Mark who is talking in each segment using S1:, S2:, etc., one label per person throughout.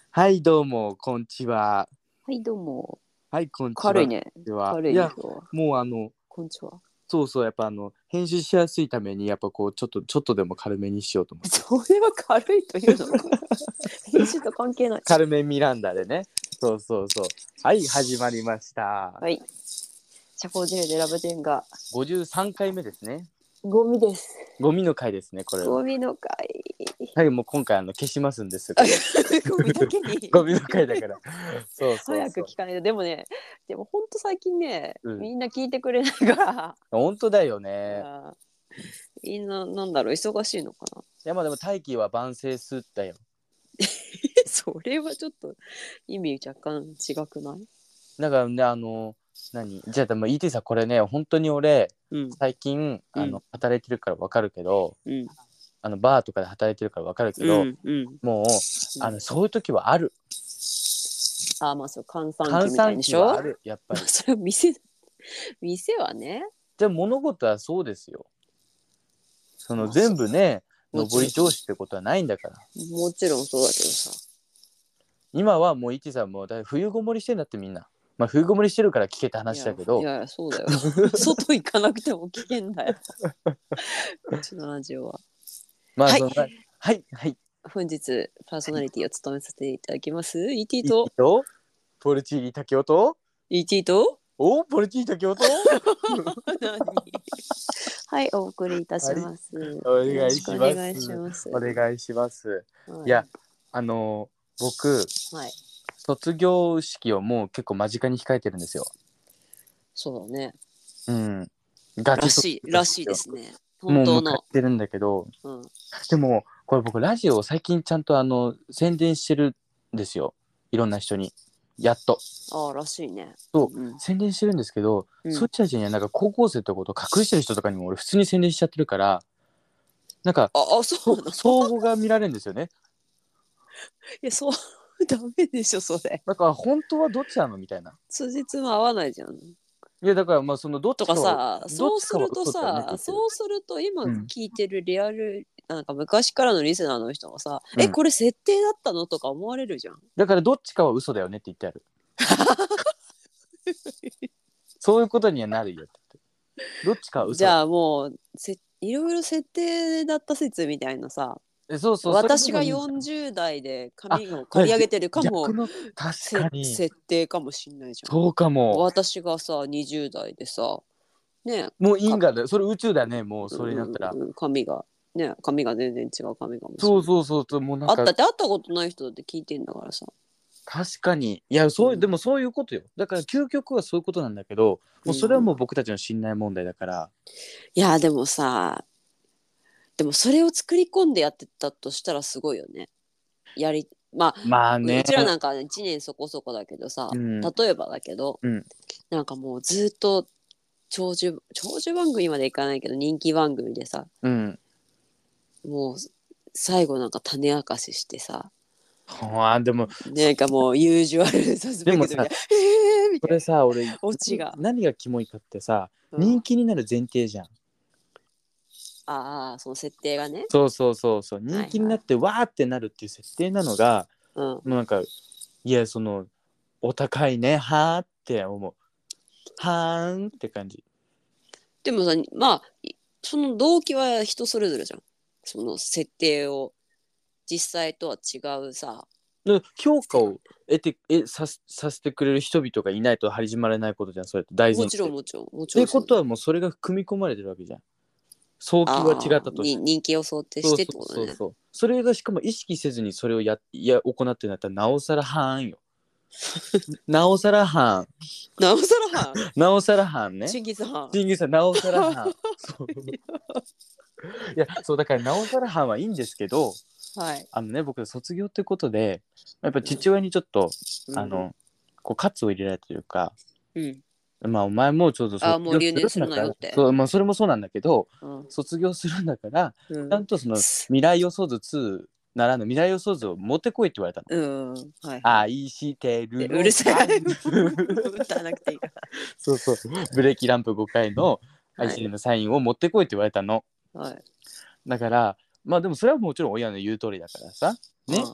S1: はいどうもこんちは。
S2: はいどうも。
S1: はいこんちは。
S2: 軽いね。
S1: では
S2: 軽い
S1: いや
S2: 今日は。
S1: もう
S2: こんにちは。
S1: そうそうやっぱ編集しやすいためにやっぱこうちょっとでも軽めにしようと思って。
S2: それは軽いというのか。編集と関係ない。
S1: 軽めミランダでね。そうそうそう。はい始まりました。
S2: はい。社交辞令でラブテンが
S1: 53回目ですね。
S2: ゴミです。
S1: ゴミの回ですねこれは。
S2: ゴミの回。
S1: はいもう今回消しますんですが。
S2: ゴミだけに。
S1: ゴミの回だから。そうそう
S2: 早
S1: そう。
S2: く聞かないと。でもほんと最近ね、
S1: うん
S2: みんな聞いてくれないから。
S1: 本当だよね。
S2: みんななんだろう忙しいのかな。
S1: いやまあでも大気は万世すったよ。
S2: それはちょっと意味若干違くない？
S1: だからね何じゃあでも ET さんこれね本当に俺、最近働いてるから分かるけど、バーとかで働いてるから分かるけど、もうそういう時はある。
S2: まあそう閑散期みたいでしょ。
S1: はあるやっぱり。
S2: それは店はね。
S1: でも物事はそうですよ。全部ね上り調子ってことはないんだから。
S2: もちろんそうだけどさ。
S1: 今はもう ET さんもだ冬ごもりしてんだってみんな。まあ冬ごもりしてるから聞けた話だけど。
S2: いやそうだよ。外行かなくても聞けんだよ。うちのラジオは。
S1: まあ
S2: はい
S1: はい。
S2: 本日パーソナリティを務めさせていただきます ET と
S1: ポルチーニ竹雄と
S2: ET と
S1: ポルチーニ竹雄と
S2: 何はいお送りいたします、
S1: お願いします。
S2: お願いします。
S1: お願いします。
S2: はい、
S1: いや僕、
S2: はい、
S1: 卒業式をもう結構間近に控えてるんですよ。
S2: そうだね。
S1: ガ
S2: チらしいですね。本当の。
S1: もう迎えてるんだけど、でもこれ僕ラジオを最近ちゃんと宣伝してるんですよ。いろんな人にやっと。
S2: らしいね。
S1: そう、宣伝してるんですけど、そっちたちにはなんか高校生ってことを隠してる人とかにも俺普通に宣伝しちゃってるから、なんか
S2: そうなの？
S1: 相互が見られるんですよね。
S2: いやそうダメでしょそれ。
S1: だから本当はどっちなのみたいな。
S2: 通じつも合わないじゃん。
S1: いやだからまあどっちか
S2: とかさ、そうすると今聞いてるリアル、なんか昔からのリスナーの人もさ、これ設定だったのとか思われるじゃん。
S1: だからどっちかは嘘だよねって言ってある。そういうことにはなるよって言って。どっちかは嘘だ。
S2: じゃあもういろいろ設定だった説みたいなさ。
S1: そう
S2: 私が40代で髪を刈り上げてるかも。
S1: 確かに
S2: 設定かもしんないじゃん。
S1: そうかも。
S2: 私がさ20代でさね、
S1: もう因果だよ。それ宇宙だね。もうそれになったら、
S2: 髪が全然違う髪がもしれ
S1: ない。そうもうなんか
S2: 会ったことない人だって聞いてんだからさ。
S1: 確かにいやでもそういうことよ。だから究極はそういうことなんだけど、もうそれはもう僕たちの信頼問題だから。
S2: いやでもそれを作り込んでやってたとしたらすごいよね。まあね、うちらなんか1年そこそこだけどさ、例えばだけど、なんかもうずっと長寿番組までいかないけど人気番組でさ、もう最後なんか種明かししてさ、
S1: でも
S2: なんかもうユージュアルサスペクトみたいな、みたいな。
S1: それさ俺
S2: オチが
S1: 何がキモいかってさ、人気になる前提じゃん。
S2: その設定がね。
S1: そう人気になってわーってなるっていう設定なのが、もうなんかいやお高いねはーって思う。はーんって感じ。
S2: でもさ、まあその動機は人それぞれじゃん。その設定を実際とは違うさ、
S1: 評価をさせてくれる人々がいないと始まらないことじゃん。それって大前提。
S2: もちろん
S1: ってことはもうそれが組み込まれてるわけじゃん。早期は違ったとして
S2: 人気を想定してってことね。
S1: それがしかも意識せずにそれを行ってるんだったらなおさらはーんよ。なおさらはん。
S2: なおさらはん。
S1: なおさらはんね。
S2: チンギスはん。
S1: チンギスはんなおさらはん。いやそうだからなおさらはんはいいんですけど、僕卒業ってことでやっぱ父親にちょっと、こう喝を入れられてるか、まあお前もうちょっと卒業するんだから、それもそうなんだけど、卒業するんだから、ちゃんと未来予想図2ならぬ未来予想図を持ってこいって言われたの。愛してるの。
S2: うるさい。歌わなくていいから。
S1: ブレーキランプ5回の愛してるのサインを持ってこいって言われたの。だからまあでもそれはもちろん親の言う通りだからさね。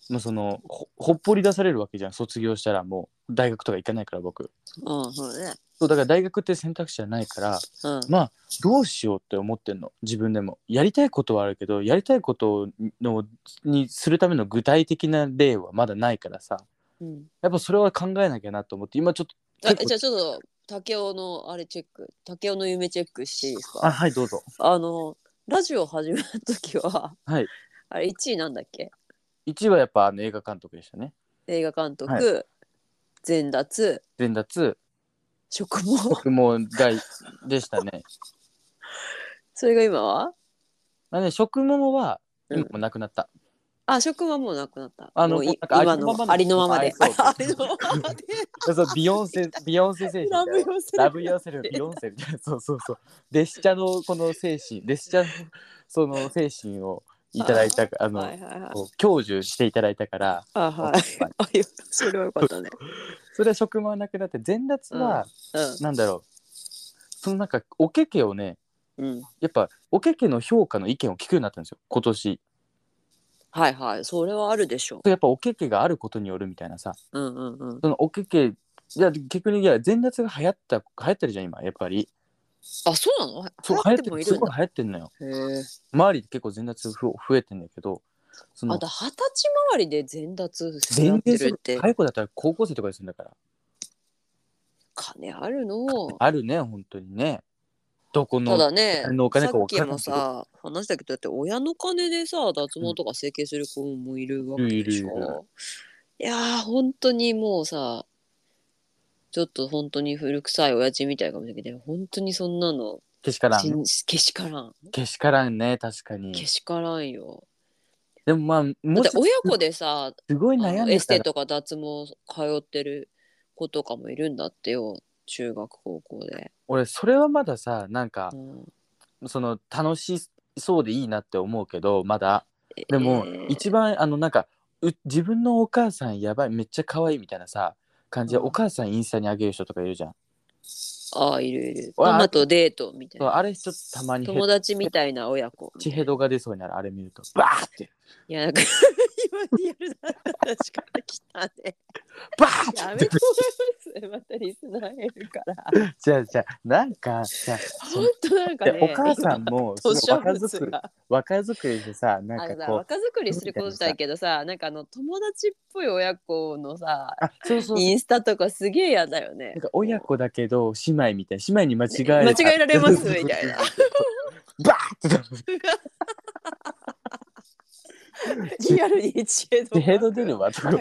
S1: もうそのほっぽり出されるわけじゃん。卒業したらもう大学とか行かないから僕。
S2: そうね。
S1: そうだから大学って選択肢はないから、まあどうしようって思ってんの。自分でもやりたいことはあるけど、やりたいことにするための具体的な例はまだないからさ、やっぱそれは考えなきゃなと思って今ちょっと。
S2: じゃあちょっと竹雄のあれチェック、竹雄の夢チェックしていいですか？
S1: はいどうぞ。
S2: ラジオ始めた時は、
S1: はい、
S2: あれ1位なんだっけ
S1: ？1位はやっぱ映画監督でしたね。
S2: 映画監督、伝達、植
S1: 毛でしたね。
S2: それが今は？
S1: 植毛は今もなくなった。
S2: 植毛はもうなくなった。
S1: もう
S2: 今のありのままで。ありのままで。
S1: そうビヨンセ精神。ラブヨーセルフビヨンセみたいな。そう列車のこの精神、その精神をいただいた享受していただいたから。
S2: それはよかったね。
S1: それは植毛はなくなって、伝達はなんだろう、そのなんかおけけをね、やっぱおけけの評価の意見を聞くようになったんですよ今年。
S2: それはあるでしょう。
S1: やっぱおけけがあることによるみたいなさ、そのおけけ、逆に伝達が流行ってるじゃん今やっぱり。
S2: そうなの？
S1: 流行ってもいるんだ。すごい流行ってんのよ。周りで結構伝達増えてんだけど、
S2: 20歳周りで伝達やってるって。
S1: 早い子だったら高校生とかでするんだから。
S2: 金あるの？
S1: あるね本当にね。どこの
S2: ただね、
S1: お金か
S2: さっきもさ話したけど、だって親の金でさ脱毛とか整形する子もいるわけでしょ。いやー本当にもうさ、ちょっと本当に古臭い親父みたいかもしれないけど、本当にそんなの
S1: けしからんね。確かに
S2: けしからんよ。
S1: でもまあ
S2: だって親子でさ、
S1: すごい悩んでたら
S2: エステとか脱毛通ってる子とかもいるんだってよ、中学高校で。
S1: 俺それはまださ、なんか、その楽しそうでいいなって思うけどまだ。でも、一番なんか自分のお母さんやばいめっちゃ可愛いみたいなさ感じで、お母さんインスタに上げる人とかいるじゃん。
S2: いる。ママとデートみたいな。
S1: あれちょっとたまに
S2: 友達みたいな親子。
S1: 血ヘドが出そうになる、あれ見るとバーって。
S2: いやなんか今リアルだった確かに来たね。
S1: バーって。
S2: やめてもらいます。またリスナーいるから。
S1: じゃあなんか
S2: 本当なんかね。
S1: お母さんも若作りでさ、なんかこう
S2: 若作りすることだけどさ、なんか友達っぽい親子のさ、インスタとかすげえやだよね。
S1: なんか親子だけど姉妹みたいな、姉妹に間違
S2: えられますみたいな。
S1: バーって
S2: リアルに血ヘド
S1: 出るわとか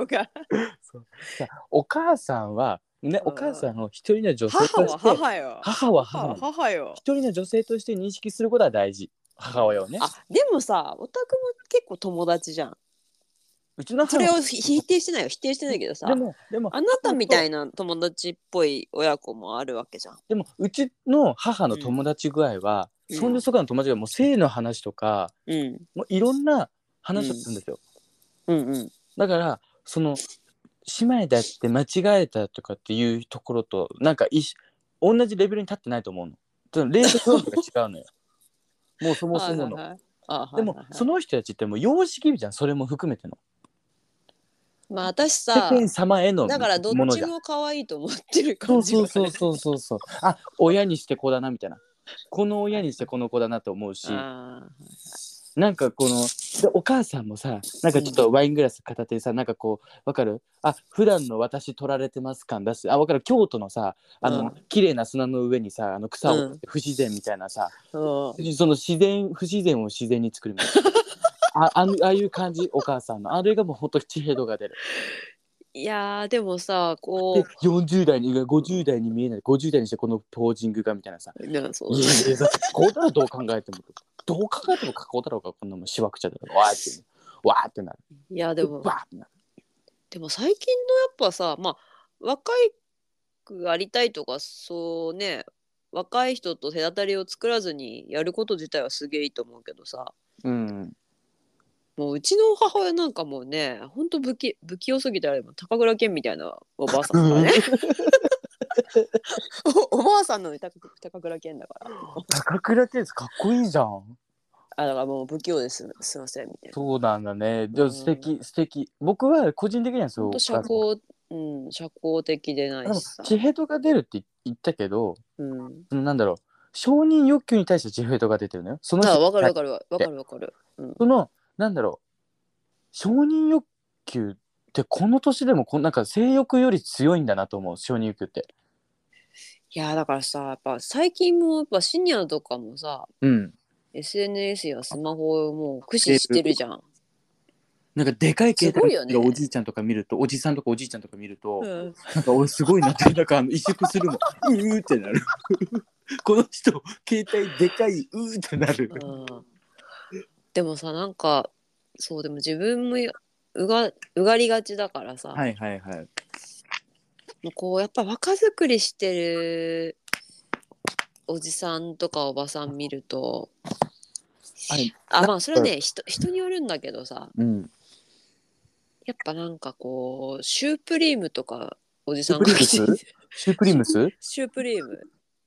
S1: お母さんはね、お母さんを一人の女性として、母は母よ。一人の女性として認識することは大事。母親をね。
S2: でもさ、おたくも結構友達じゃん。うちのそれを否定してないけどさ。でもあなたみたいな友達っぽい親子もあるわけじゃん。
S1: でもうちの母の友達具合は、そんでそこの友達がもう性の話とか、もういろんな話をするんですよ。だからその姉妹だって間違えたとかっていうところとなんか同じレベルに立ってないと思うの。レートゾーンが違うのよ。もうそもそもの。でもその人たちってもう様式美じゃん、それも含めての。
S2: まあ私さ、
S1: 世間様への
S2: だからどっちも可愛いと思ってる感じが、
S1: そうあ、親にして子だなみたいな、この親にしてこの子だなと思うし、なんかこのお母さんもさ、なんかちょっとワイングラス片手にさ、なんかこうわかる、普段の私取られてます感出す。わかる、京都のさ綺麗な砂の上にさ草を不自然みたいなさ、その不自然を自然に作るみたいなああいう感じ、お母さんのあれがもうほんと血ヘドが出る。
S2: いやでもさ、こ
S1: う40代に50代に見えない、50代にしてこのポージングがみたいなさ、こうだろ、どう考えても加工だろうか、こんなもんしわくちゃだろ、わーってなる。
S2: いやでも最近のやっぱさ、まあ若くありたいとか、そうね、若い人と隔たりを作らずにやること自体はすげえいいと思うけどさ、もううちの母親なんかもうね、ほんと不器用すぎて、あれも高倉健みたいなおばあさんだからねおばあさんの高倉健だから。
S1: 高倉健かっこいいじゃん。
S2: だからもう不器用です、すいませんみたいな。
S1: そうなんだね。でも素敵。僕は個人的には
S2: ほんと社交的でないしさ。
S1: チヘドが出るって言ったけど、なんだろう、承認欲求に対してチヘドが出てるのよ。その
S2: わかる。
S1: そのなんだろう、承認欲求ってこの年でもなんか性欲より強いんだなと思う、承認欲求って。
S2: いやだからさ、やっぱ最近もやっぱシニアとかもさ、SNS やスマホをもう駆使してるじゃん。
S1: なんかでかい携帯のおじいちゃんとか見ると、おじさんとかおじいちゃんとか見ると、なんか俺すごいなって、なんか萎縮するもん。うーってなる。この人携帯でかいうーってなる。
S2: でもさ、なんかそう、でも自分もうがりがちだからさ、こうやっぱ若作りしてるおじさんとかおばさん見ると、まあそれはね、人によるんだけどさ、やっぱなんかこうシュープリームとかおじさんが着てる。
S1: シュープリームス
S2: シュープリーム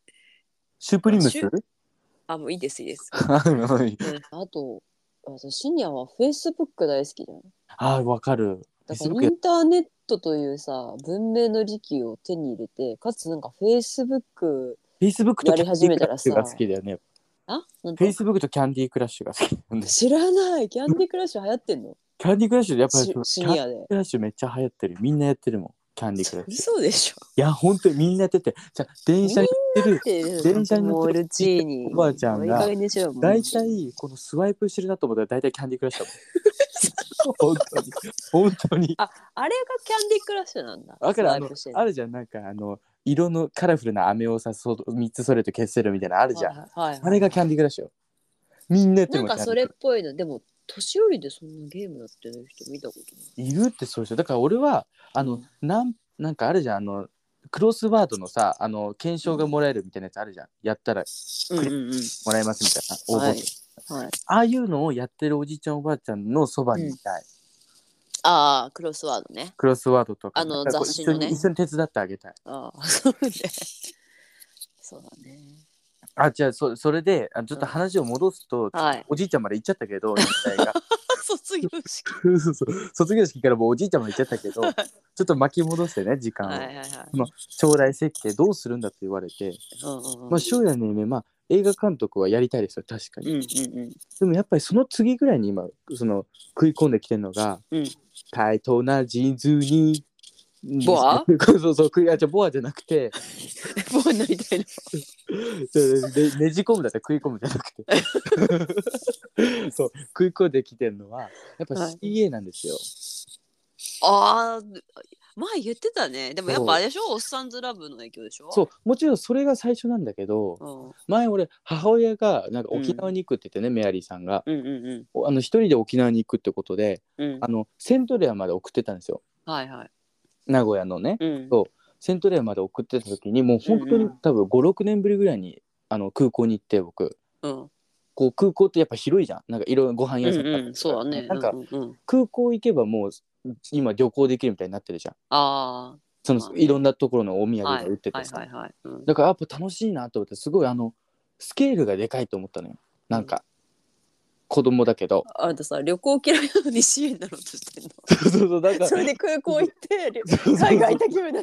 S2: もういいですあとシニアはフェイスブック大好きじゃん。
S1: わかる。
S2: だからインターネットというさ文明の利器を手に入れて、かつなんかフェイスブックやり始めたらさ、
S1: フェイスブックとキャンディークラッシュが好きなんで。
S2: 知らない。キャンディークラッシュ流行ってんの？
S1: キャンディークラッシュやっぱり
S2: シニアで。
S1: キャンディークラッシュめっちゃ流行ってる。みんなやってるもん。キャンディークラッシュ。
S2: 嘘でしょ。
S1: いや本当にみんなやってて、じゃ電車に乗ってる電車に乗ってるおばあちゃんが大体このスワイプしてるなと思ったら大体キャンディークラッシュだもん。本当に。
S2: あれがキャンディークラッシュなんだ。
S1: だからあるじゃん、なんか色のカラフルな飴をさ3つそれと消せるみたいなのあるじゃん。あれがキャンディークラッシュよ。みんなやってるもん。
S2: なんかそれっぽいの。でも年寄りでそんなゲームやってる人見たことない。
S1: いるってそうでしょ。だから俺はなんかあるじゃん、クロスワードのさ検証がもらえるみたいなやつあるじゃん。やったらもらえますみたいな応募、ああいうのをやってるおじいちゃんおばあちゃんのそばにいたい。
S2: クロスワードね。
S1: クロスワードとか
S2: 雑誌のね、
S1: 一緒に手伝ってあげたい。
S2: そうね。そうだね。
S1: じゃあそれでちょっと話を戻すと、おじいちゃんまで行っちゃったけど、年代が
S2: 卒業式
S1: 卒業式からもうおじいちゃんまで行っちゃったけどちょっと巻き戻してね時間を、将来設計どうするんだって言われて、将来の夢、映画監督はやりたいですよ確かに、でもやっぱりその次ぐらいに今食い込んできてるのが、対等な人数に
S2: ボア
S1: ボアじゃなくて
S2: ボアになりたいの
S1: ねじ込むだったら食い込むじゃなくてそう食い込んできてるのはやっぱ CA なんですよ。
S2: 前言ってたね。でもやっぱあれでしょ、おっさんずラブの影響でしょ。
S1: そうもちろんそれが最初なんだけど、前俺母親がなんか沖縄に行くって言ってね、メアリーさんが、一人で沖縄に行くってことで、セントレアまで送ってたんですよ。名古屋のね、セントレアまで送ってた時にもう本当に多分5、6年ぶりぐらいに空港に行って僕、こう空港ってやっぱ広いじゃん。なんかいろいろご飯屋さん
S2: そうだね。
S1: なんか空港行けばもう今旅行できるみたいになってるじゃん。いろんなところのお土産が売っててさ、だからやっぱ楽しいなと思って、すごいスケールがでかいと思ったのよ。なんか子供だけど、
S2: あんたさ旅行嫌いなのに支援になろうとしてんの。
S1: そうだから
S2: それで空港行って海外行った気分になって、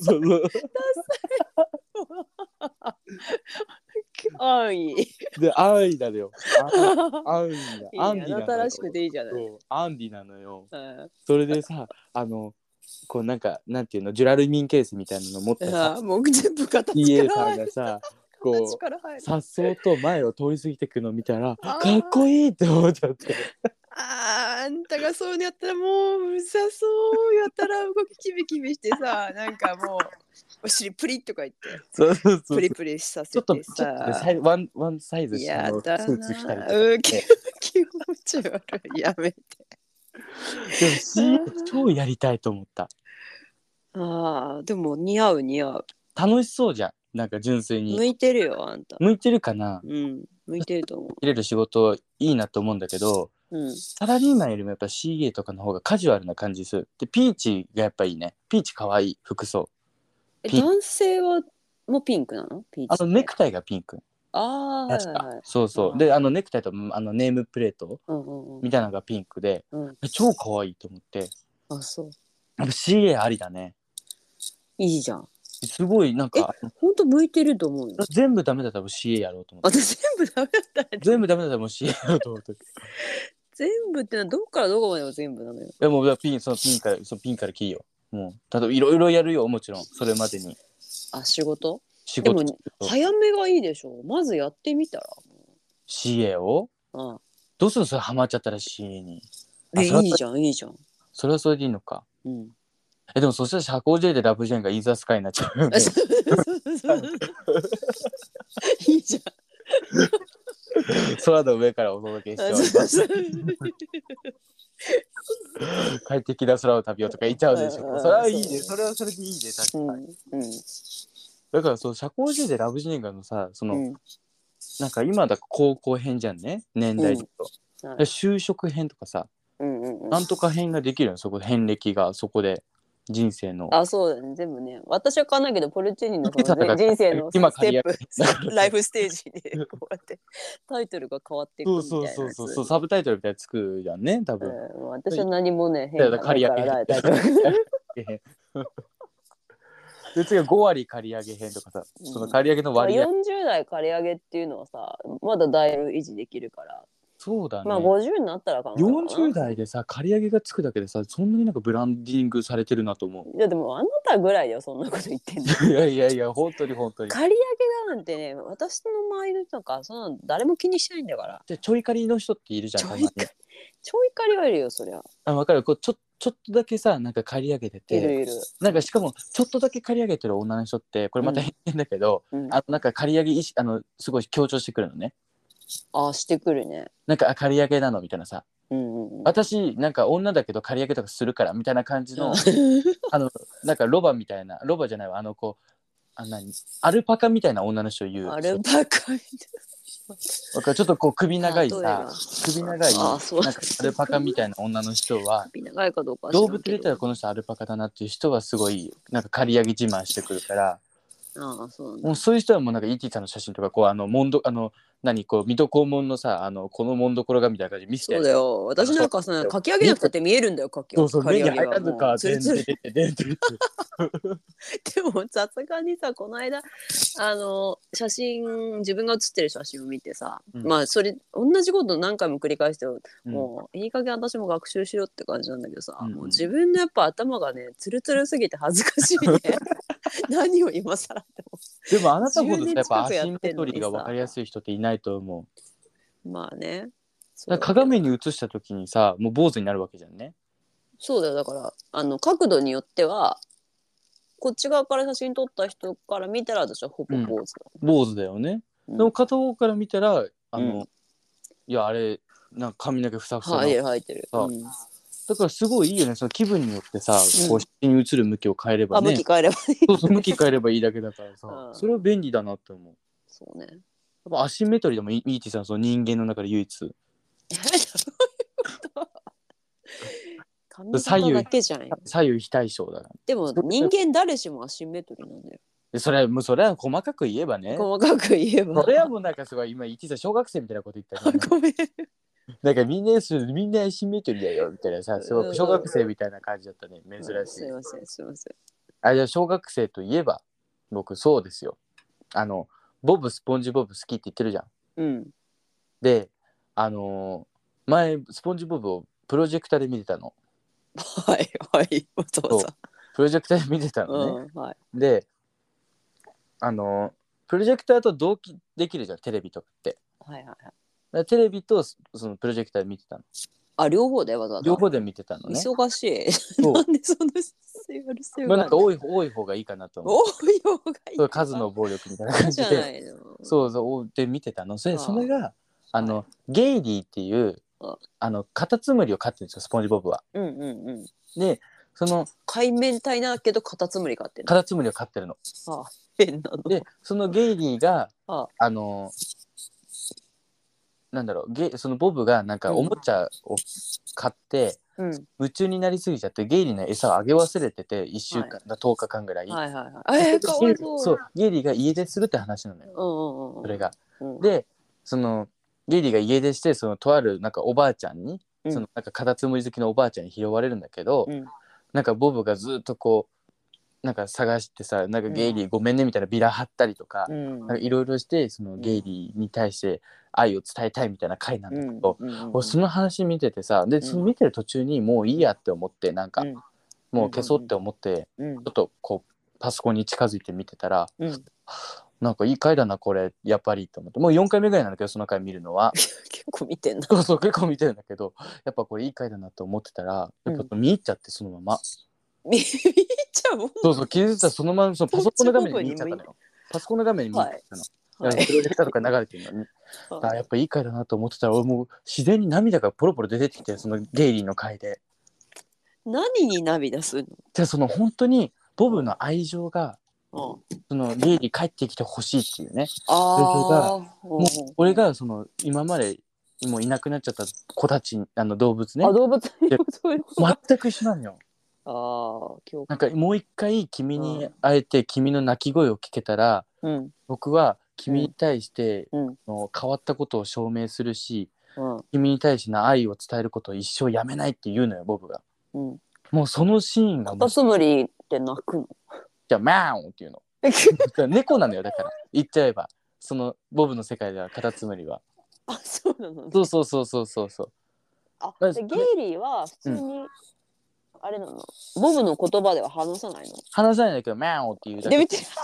S2: 安易
S1: で安易だよ。安易だ。
S2: アンディなのよ。新しくていいじゃない。
S1: アンディなのよ。それでさこうなんかなんていうの、ジュラルミンケースみたいなの持ってさ、
S2: もう全部形から
S1: EA さんがさこうさっそうと前を通り過ぎてくの見たらかっこいいって思っちゃって。
S2: あんたがそういうのやったらもううざそうやったら動きキビキビしてさ、なんかもうお尻プリッとか言ってプリプリさせてさ、
S1: ワンサイズ下のスーツ着たりとか
S2: 気持ち悪い、やめて。
S1: でも CA 超やりたいと思った。
S2: でも似合う
S1: 楽しそうじゃん。なんか純粋に
S2: 向いてるよ。あんた
S1: 向いてるかな。
S2: 向いてると思う。
S1: 入れる仕事いいなと思うんだけど、サラリーマンよりもやっぱ CA とかの方がカジュアルな感じする。でピーチがやっぱいいね。ピーチかわいい服装。
S2: 男性はもうピンクなの？ピーチ
S1: ネクタイがピンク。
S2: ああ、
S1: 確か、そうそう。で、ネクタイとネームプレートみたいなのがピンクで、超可愛いと思って。
S2: あ、そう。
S1: やっぱ CA ありだね。
S2: いいじゃん。
S1: すごいなんか。
S2: ほんと向いてると思うよ。
S1: 全部ダメだったら CA やろうと思って。
S2: 私全部ダメだったら。
S1: 全部ダメだったらもう CA やろうと思って。
S2: 全部ってのはどこからどこまでも全部なのよ。
S1: いやもうピンからキーよ。もう例えばいろいろやるよ、もちろんそれまでに。
S2: あ、仕事でも早めがいいでしょ。まずやってみたら。
S1: CA を、どうするのそれハマっちゃったら CA に。
S2: いいじゃんいいじゃん。
S1: それはそれでいいのか。でもそしたら社交 J でラブジェンがイーザースカイになっちゃうよね。
S2: いいじゃん。
S1: 空の上からお届けしております。快適な空を旅をとか言っちゃうでしょ。それはいいね。それはそれでいいね。確かに。だからそう社交 J でラブジェンガのさ、なんか今だ高校編じゃんね、年代で言うと。就職編とかさ、なんとか編ができるの、そこ遍歴がそこで。人生の。
S2: あ、そうだね。全部ね。私は変わんないけど、ポルチーニのその人生のステップ、ライフステージでこうやってタイトルが変わっていくみたいなやつ。
S1: そう、サブタイトルみたいなつくじゃんね、多分。
S2: 私は何もね、変化ないからタイトル。
S1: で次は5割借り上げ編とかさ、その借り上げの割合。
S2: 40代借り上げっていうのはさ、まだだいぶ維持できるから。
S1: そうだね。
S2: まあ50になったらかな。
S1: 40代でさ借り上げがつくだけでさ、そんなになんかブランディングされてるなと思う。
S2: いやでもあなたぐらいよ、そんなこと言ってんの。
S1: いや本当に
S2: 借り上げだなんてね、私の周りの人とかそんな誰も気にしないんだから。
S1: でちょい借りの人っているじゃん。
S2: ちょい借りはいるよ、そりゃ。
S1: 分かる。こうちょっとだけさ、なんか借り上げてて、
S2: いる
S1: なんかしかもちょっとだけ借り上げてる女の人ってこれまた変だけど、なんか借り上げすごい強調してくるのね。
S2: あ、してくるね。
S1: なんか借り上げなのみたいなさ、私なんか女だけど借り上げとかするからみたいな感じのなんかロバみたいな、ロバじゃないわ、アルパカみたいな女の人を言う。
S2: アルパカみたい
S1: な。ちょっとこう首長いさ、なんかアルパカみたいな女の人は、
S2: 首長いかどうか
S1: 動物で言ったらこの人アルパカだなっていう人はすごいなんか借り上げ自慢してくるから。もうそういう人はもうなんか ET さんの写真とかこうこう水戸黄門のさこの門所がみたいな感じで見せて。
S2: そうだよ。私なんかさ書き上げなくて見えるんだよ、書き上げ。
S1: そう目に入らずか全然出て。
S2: でもさすがにさこの間写真自分が写ってる写真を見てさ、まあそれ同じこと何回も繰り返して、もういい加減私も学習しろって感じなんだけどさ、もう自分のやっぱ頭がねツルツルすぎて恥ずかしいね。何を今更っても。
S1: でもあなたほどやっぱアシンメトリーが分かりやすい人っていないと思
S2: う。まあね。
S1: 鏡に映した時にさもう坊主になるわけじゃんね。
S2: そうだよ。だから角度によってはこっち側から写真撮った人から見たら私はほぼ坊主だ、
S1: 坊主だよね。でも片方から見たらいやあれなんか髪の毛ふさふさな
S2: 生えてる。
S1: だからすごいいいよね、その気分によってさ、こう写真に映る向きを変えればね。
S2: 向き変えればいい。
S1: そう向き変えればいいだけだからさ、それは便利だなって思う。
S2: そうね。
S1: やっぱアシンメトリーでもいいってさ、その人間の中で唯一。
S2: 髪型だけじゃんよ。
S1: 左右非対称だな。
S2: でも人間誰しもアシンメトリーなんだよ。
S1: それは細かく言えばね。
S2: 細かく言えば。
S1: それはもうなんかすごい今一さ小学生みたいなこと言ったね。
S2: ごめん。
S1: なんかみんなアシンメトリーだよみたいなさ、すごく小学生みたいな感じだったね。珍しい。
S2: すいません。じ
S1: ゃあ小学生といえば僕そうですよ。スポンジボブ好きって言ってるじゃん。で、前スポンジボブをプロジェクタで見てたの。
S2: はいお父さん。
S1: プロジェクタで見てたのね。で、プロジェクターと同期できるじゃん、テレビとかって。テレビとそのプロジェクターで見てたの。
S2: あ、両方でわざわざ。
S1: 両方で見てたのね。
S2: 忙しい。なんでそんな
S1: まあなんか多い方がいいかなと思う。
S2: 多い方がいい。
S1: 数の暴力みたいな感じで。そうで見てたの。それがゲイリーっていうカタツムリを飼ってるんですよ、スポンジボブは。で、その
S2: 海面体だけどカタツムリ飼ってる。
S1: カタツムリを飼ってるの。
S2: 変なの。
S1: で、そのゲイリーがなんだろう、そのボブがなんかおもちゃを買って、夢中になりすぎちゃってゲイリーの餌をあげ忘れてて1週間、10日間ぐらい。
S2: かわいそう。
S1: そうゲイリーが家出するって話なのよ。それが。 でそのゲイリーが家出してそのとあるなんかおばあちゃんに、そのなんかカタツムリ好きのおばあちゃんに拾われるんだけど、なんかボブがずっとこうなんか探してさ、なんかゲイリーごめんねみたいなビラ貼ったりとかいろいろしてそのゲイリーに対して愛を伝えたいみたいな回なんだけど、その話見ててさ、でその見てる途中にもういいやって思ってなんか、もう消そうって思って、ちょっとこうパソコンに近づいて見てたら、なんかいい回だなこれやっぱりと思って、もう4回目ぐらいなんだけどその回見るのは
S2: 結構見てんな。
S1: そう結構見てるんだけど、やっぱこれいい回だなと思ってたらやっぱ見入っちゃってそのまま、
S2: 見入っちゃうもん。
S1: そう気づいたらそのままそのパソコンの画面に見入っちゃったのよ。パソコンの画面に見入っちゃったの。プロジェクターとか流れてるのに、やっぱいい回だなと思ってたら俺もう自然に涙がポロポロ出てきて、そのゲイリーの回で。
S2: 何に涙するの？
S1: じゃその本当にボブの愛情が、そのゲイリー帰ってきてほしいっていうね。もう俺がその今までもういなくなっちゃった子たち、動物ね。
S2: 動物
S1: 全く一緒なのよ。なんかもう一回君に会えて君の鳴き声を聞けたら、僕は君に対して変わったことを証明するし、君に対しての愛を伝えることを一生やめないって言うのよボブが。もうそのシーンが
S2: カタツムリって鳴くの？
S1: じゃあマーンっていうの猫なのよ。だから言っちゃえばそのボブの世界ではカタツムリは。
S2: そうなの、ね、
S1: そう
S2: でゲイリーは普通に、あれなの？ボブの言葉では話さないの？
S1: 話さないんだけどマーンっていうだけ。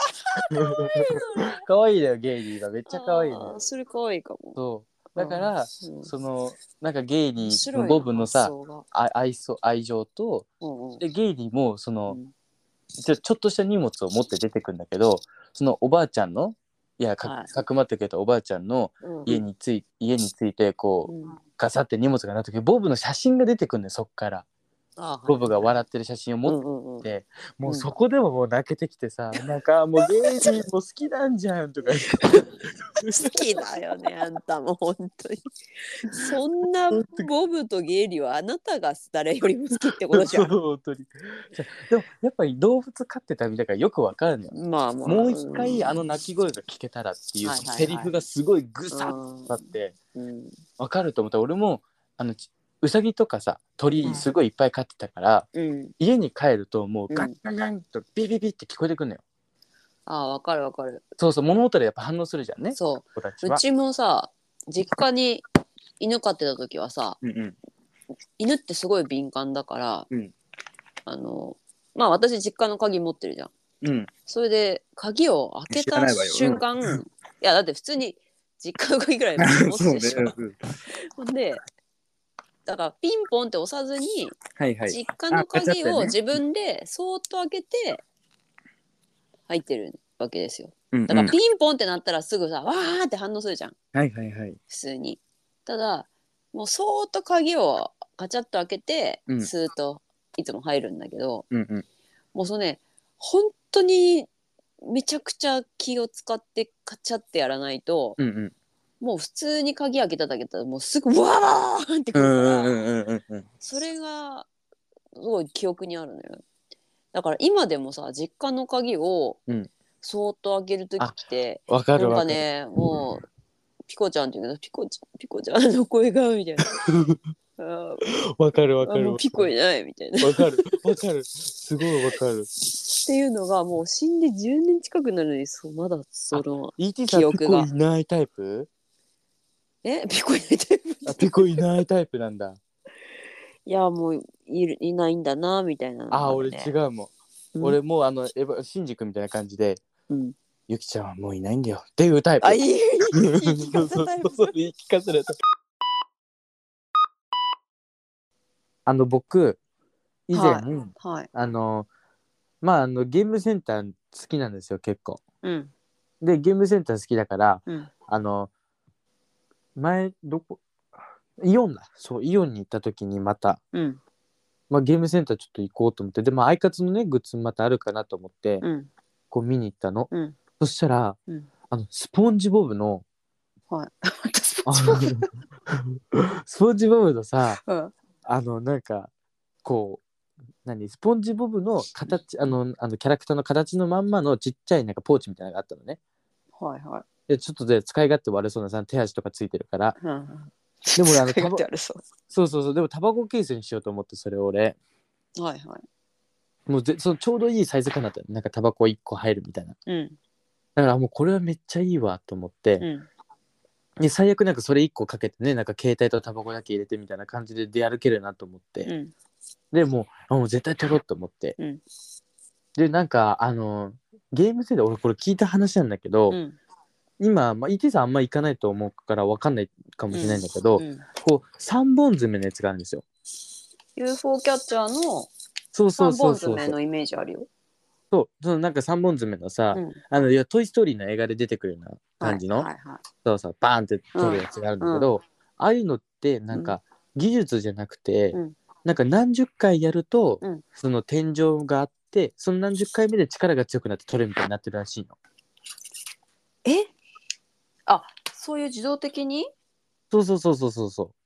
S1: かわいいだよゲイリーが。めっちゃかわいいね。
S2: それかわいいかも。
S1: そうだから、そのなんかゲイリーのボブのさ愛情と、でゲイリーもその、ちょっとした荷物を持って出てくんだけど、そのおばあちゃんのかくまってくれたおばあちゃんの家についてこう、ガサって荷物がなった時ボブの写真が出てくるんだよ。そっからボブが笑ってる写真を持って、もうそこでももう泣けてきてさ、なんかもうゲイリーも好きなんじゃんとか言って
S2: 好きだよねあんたも本当に。そんなボブとゲイリーはあなたが誰よりも好きってことじゃん。
S1: そう本当に。でもやっぱり動物飼ってたみたいからよくわかるのよ。もう一回あの鳴き声が聞けたらっていうセリフがすごいグサッとあってわかると思ったら、俺もウサギとかさ鳥すごいいっぱい飼ってたから、家に帰るともうガンガンガンとビビビって聞こえてくるのよ。
S2: わかるわかる。
S1: そう物音でやっぱ反応するじゃんね。
S2: うちもさ実家に犬飼ってた時はさ、犬ってすごい敏感だから、私実家の鍵持ってるじゃん。それで鍵を開けた瞬間、いやだって普通に実家の鍵ぐらい持ってるでしょ。ほんでだからピンポンって押さずに、実家の鍵を自分でそーっと開けて入ってるわけですよ。だからピンポンってなったらすぐさわーって反応するじゃん。普通に。ただもうそーっと鍵をガチャッと開けて、スーッといつも入るんだけど、もうそのね本当にめちゃくちゃ気を使ってカチャってやらないと、もう普通に鍵開けただけだともうすぐワーンってくるから、それがすごい記憶にあるのよ。だから今でもさ実家の鍵をそーっと開けるときってなんかねもうピコちゃんって言うけどピコちゃんの声がみたいな
S1: わかる
S2: もうピコいないみたいな
S1: わかるすごいわかる
S2: っていうのがもう死んで10年近くなるのにまだその
S1: 記憶が。ピコいないタイプ？
S2: ピコいないタイプ？
S1: ピコいないタイプなんだ。
S2: いやもういないんだなみたいな、ね、
S1: 俺違うもん、俺もうシンジ君みたいな感じで、ゆきちゃんはもういないんだよっていうタイプ。言い聞かせタイプ。言い聞かせるタイプ。僕以前、ゲームセンター好きなんですよ結構。でゲームセンター好きだから、前イオンに行った時にまた、ゲームセンターちょっと行こうと思って、でアイカツのねグッズまたあるかなと思って、こう見に行ったの、そしたら、スポンジボブのスポンジボブのさ、なんかこうスポンジボブの形キャラクターの形のまんまのちっちゃいなんかポーチみたいなのがあったのね。 でちょっとで使い勝手悪そうなさ手足とかついてるから、
S2: うん、
S1: でも
S2: 使い勝手悪
S1: そうそうそう、でもタバコケースにしようと思って、それを俺
S2: はいはい。
S1: もうそのちょうどいいサイズ感だった。なんかタバコ1個入るみたいな。
S2: うん。
S1: だからもうこれはめっちゃいいわと思って、
S2: うん。
S1: で最悪なんかそれ1個かけてね、なんか携帯とタバコだけ入れてみたいな感じで出歩けるなと思って、
S2: うん。
S1: でもう絶対取ろうと思って、
S2: うん。
S1: でなんかゲーム性で俺これ聞いた話なんだけど、
S2: うん。
S1: 今、ET さんあんま行かないと思うから分かんないかもしれないんだけど、
S2: うん。
S1: こう3本爪のやつがあるんですよ。
S2: UFO キャッチャーの
S1: そうそう
S2: 3本
S1: そうそう
S2: 爪のイメージあるよ。
S1: そのなんか3本爪のさ、
S2: うん。
S1: いやトイ・ストーリーの映画で出てくるような感じの、
S2: はいはいはい。
S1: そうそうバーンって取るやつがあるんだけど、ああいうのってなんか技術じゃなくて、なんか何十回やると、その天井があって、その何十回目で力が強くなって取れるみたいになってるらしいの。
S2: え、あ、そういう自動的に？
S1: そうそうそうそうそうそう。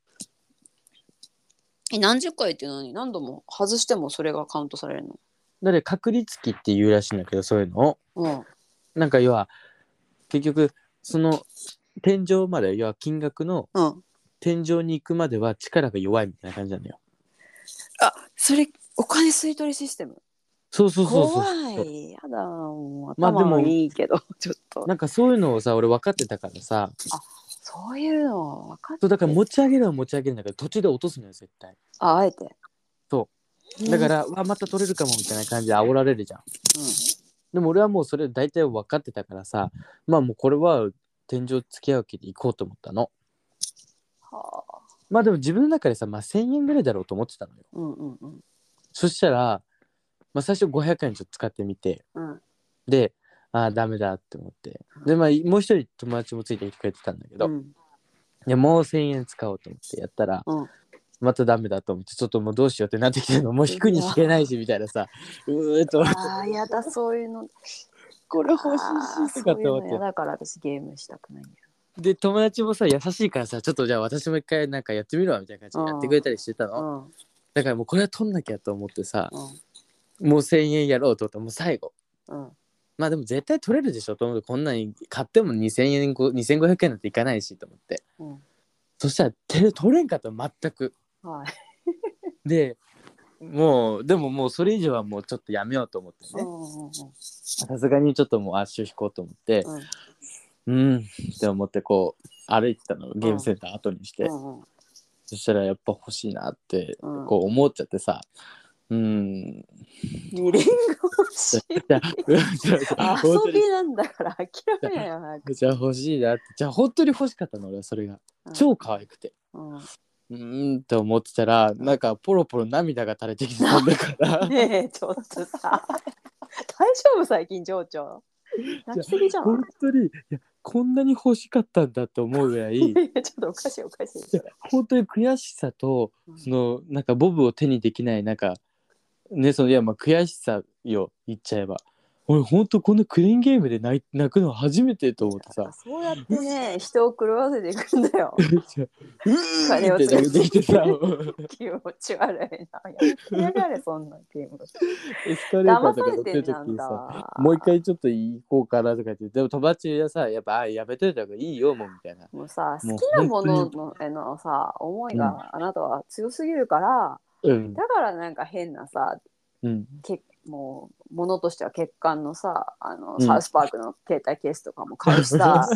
S2: 何十回って何度も外してもそれがカウントされるの？
S1: だから確率機っていうらしいんだけど、そういうのを、なんか要は結局その天井まで、要は金額の天井に行くまでは力が弱いみたいな感じなんだよ。
S2: あ、それお金吸い取りシステム？
S1: そうそうそうそう。
S2: 怖い。やだ、もう
S1: まあでも
S2: 頭はいいけどちょっと。
S1: なんかそういうのをさ俺分かってたからさ、
S2: あ、そういうの分かって。
S1: そうだから持ち上げるは持ち上げるんだけど途中で落とすのよ絶対。
S2: あえて。
S1: そうだから、また取れるかもみたいな感じで煽られるじゃん。でも俺はもうそれ大体分かってたからさ、まあもうこれは天井付き合う気で行こうと思ったの。はあ。まあでも自分の中でさ、1000円ぐらいだろうと思ってたのよ。そしたら、最初500円ちょっと使ってみて、でダメだって思って、でもう一人友達もついてきてくれてたんだけど、いやもう1000円使おうと思ってやったら、またダメだと思って、ちょっともうどうしようってなってきてるの、もう引くに引けないしみたいなさ、と思って、
S2: あやだ、そういうの
S1: これ欲しいしとかって思って、
S2: だから私ゲームしたくないんだよ。
S1: で友達もさ優しいからさ、ちょっとじゃあ私も一回なんかやってみるわみたいな感じでやってくれたりしてたの。だからもうこれは取んなきゃと思ってさ、もう1000円やろうと思ったらもう最後、まあでも絶対取れるでしょと思って、こんなに買っても2000円2500円なんていかないしと思って、そしたら取れんかった全く。でもうでももうそれ以上はもうちょっとやめようと思ってね、さすがにちょっともう足を引こうと思って、って思ってこう歩いてたの、ゲームセンター後にして、そしたらやっぱ欲しいなってこう思っちゃってさ、
S2: 二輪が欲しい遊びなんだから諦めなよ。
S1: じゃあ欲しいなって、じゃあ本当に欲しかったの俺は。それが超可愛くて、って思ってたら、なんかポロポロ涙が垂れてきてたんだから
S2: ねえちょっとさ大丈夫最近情緒泣きすぎじゃん。
S1: 本当にいやこんなに欲しかったんだと思うぐらい
S2: ちょっとおかしいおかしい。
S1: 本当に悔しさと、そのなんかボブを手にできないなんかね、そのいや悔しさよ言っちゃえば、俺ほんとこんなクレーンゲームで泣くのは初めてと思ってさ、
S2: そうやってね人を狂わせていくんだよ
S1: 金をつけてきてさ
S2: 気持ち悪いな、やめれそんなゲーム
S1: エスカレーターとか乗ってる時にさ、もう一回ちょっと行こうかなとか言って、でも友達がさやっぱやめといた方がいいよもうみたいな、
S2: もうさ好きなもののへのさ思いがあなたは強すぎるから、だからなんか変なさ、もうものとしては欠陥のさサウスパークの携帯ケースとかも買うしさ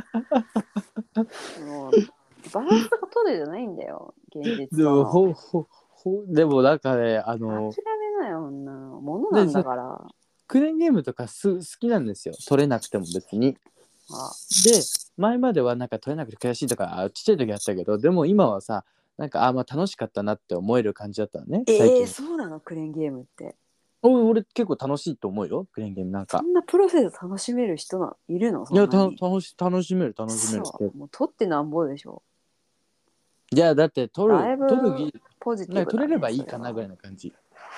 S2: もうバランスが取れてないんだよ現実との。
S1: でもなんかね
S2: 諦めなよ女のものなんだから。
S1: クレーンゲームとか好きなんですよ、取れなくても別に。で前まではなんか取れなくて悔しいとかちっちゃい時あったけど、でも今はさなんか楽しかったなって思える感じだったのね最近。
S2: そうなのクレーンゲームって。
S1: 俺結構楽しいと思うよクレーンゲーム。なんか
S2: そんなプロセス楽しめる人いるの？
S1: いや楽しめる
S2: もう取ってなんぼでしょ。
S1: いやだって取る
S2: ポジティブだね、
S1: 取れればいいかなぐらいな感じ、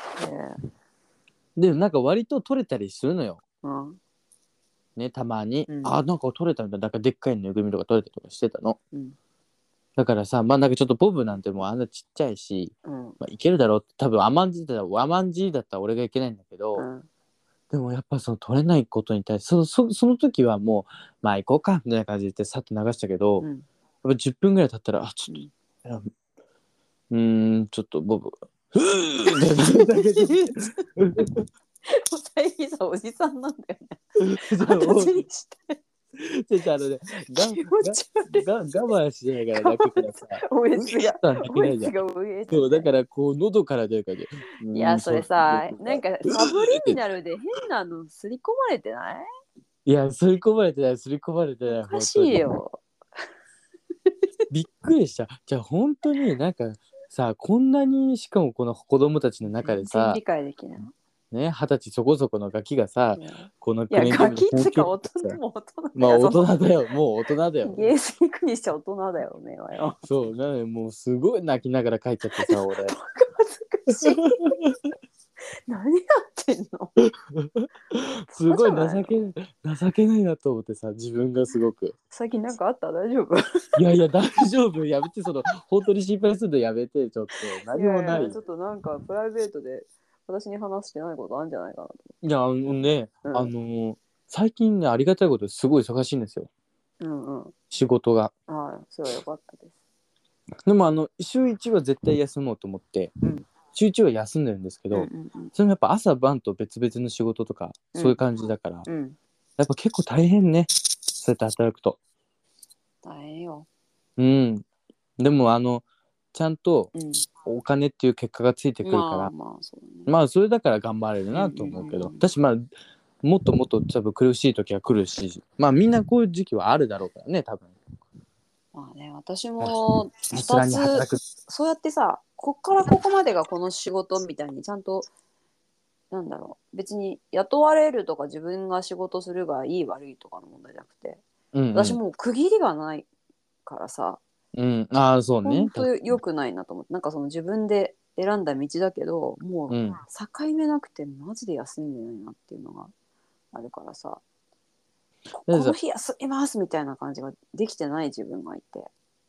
S1: でなんか割と取れたりするのよ、ね、たまに、なんか取れたみたいな、なんかでっかいぬいぐるみとか取れたりとかしてたの、だからさなんかちょっとボブなんてもうあんなちっちゃいし、いけるだろうって多分甘んじだったら俺がいけないんだけど、 でもやっぱその取れないことに対してその時はもうまあ行こうかみたいな感じでさっと流したけど、やっぱ10分ぐらい経ったらちょっと、ちょっとボブふーって
S2: 最近さおじさんなんだよね。形にして。
S1: ちょっとね、我慢しないから泣くからさ、
S2: おえつが
S1: そうだからこう喉から出る感じ。
S2: いやそれさ、なんかサブリミナルで変なの刷り込まれてない？
S1: いや刷り込まれてない。
S2: おかしいよ。
S1: びっくりした。じゃあ本当になんかさ、こんなにしかもこの子供たちの中でさ、
S2: 理解できない。
S1: ね、20歳そこそこのガキがさ、この
S2: クレームガキってか大人も大人だよ。
S1: まあ大人だよ、もう大人だよ。
S2: ゲースに行くにして大人だよね。
S1: そうなのよ、もうすごい泣きながら帰っちゃってさ、俺。
S2: 恥ずかしい。何やってんの？
S1: すごい情けないなと思ってさ、自分がすごく。
S2: 最近なんかあった？大丈夫？
S1: いや大丈夫。やめて、本当に心配するのやめて、ちょっと何もない。
S2: ちょっとなんかプライベートで私に話してないことあるんじゃないかなと。
S1: いや最近ね、ありがたいことすごい忙しいんですよ。仕事が。
S2: それはよかったです。
S1: でも週1は絶対休もうと思って、週1は休んでるんですけど、それもやっぱ朝晩と別々の仕事とか、そういう感じだから、やっぱ結構大変ね、そうやって働くと。
S2: 大変よ。
S1: でもちゃんとお金っていう結果がついてくるから、まあそれだから頑張れるなと思うけど、私もっと多分苦しい時は来るし、まあみんなこういう時期はあるだろうからね、多分。
S2: まあね、私も2つそうやってさ、こっからここまでがこの仕事みたいにちゃんとなんだろう、別に雇われるとか自分が仕事するがいい悪いとかの問題じゃなくて、私もう区切りがないからさ、
S1: そうね。
S2: 本当良くないなと思って、なんかその自分で選んだ道だけど、もう境目なくてマジで休んでないなっていうのがあるからさ、この日休みますみたいな感じができてない自分がいて。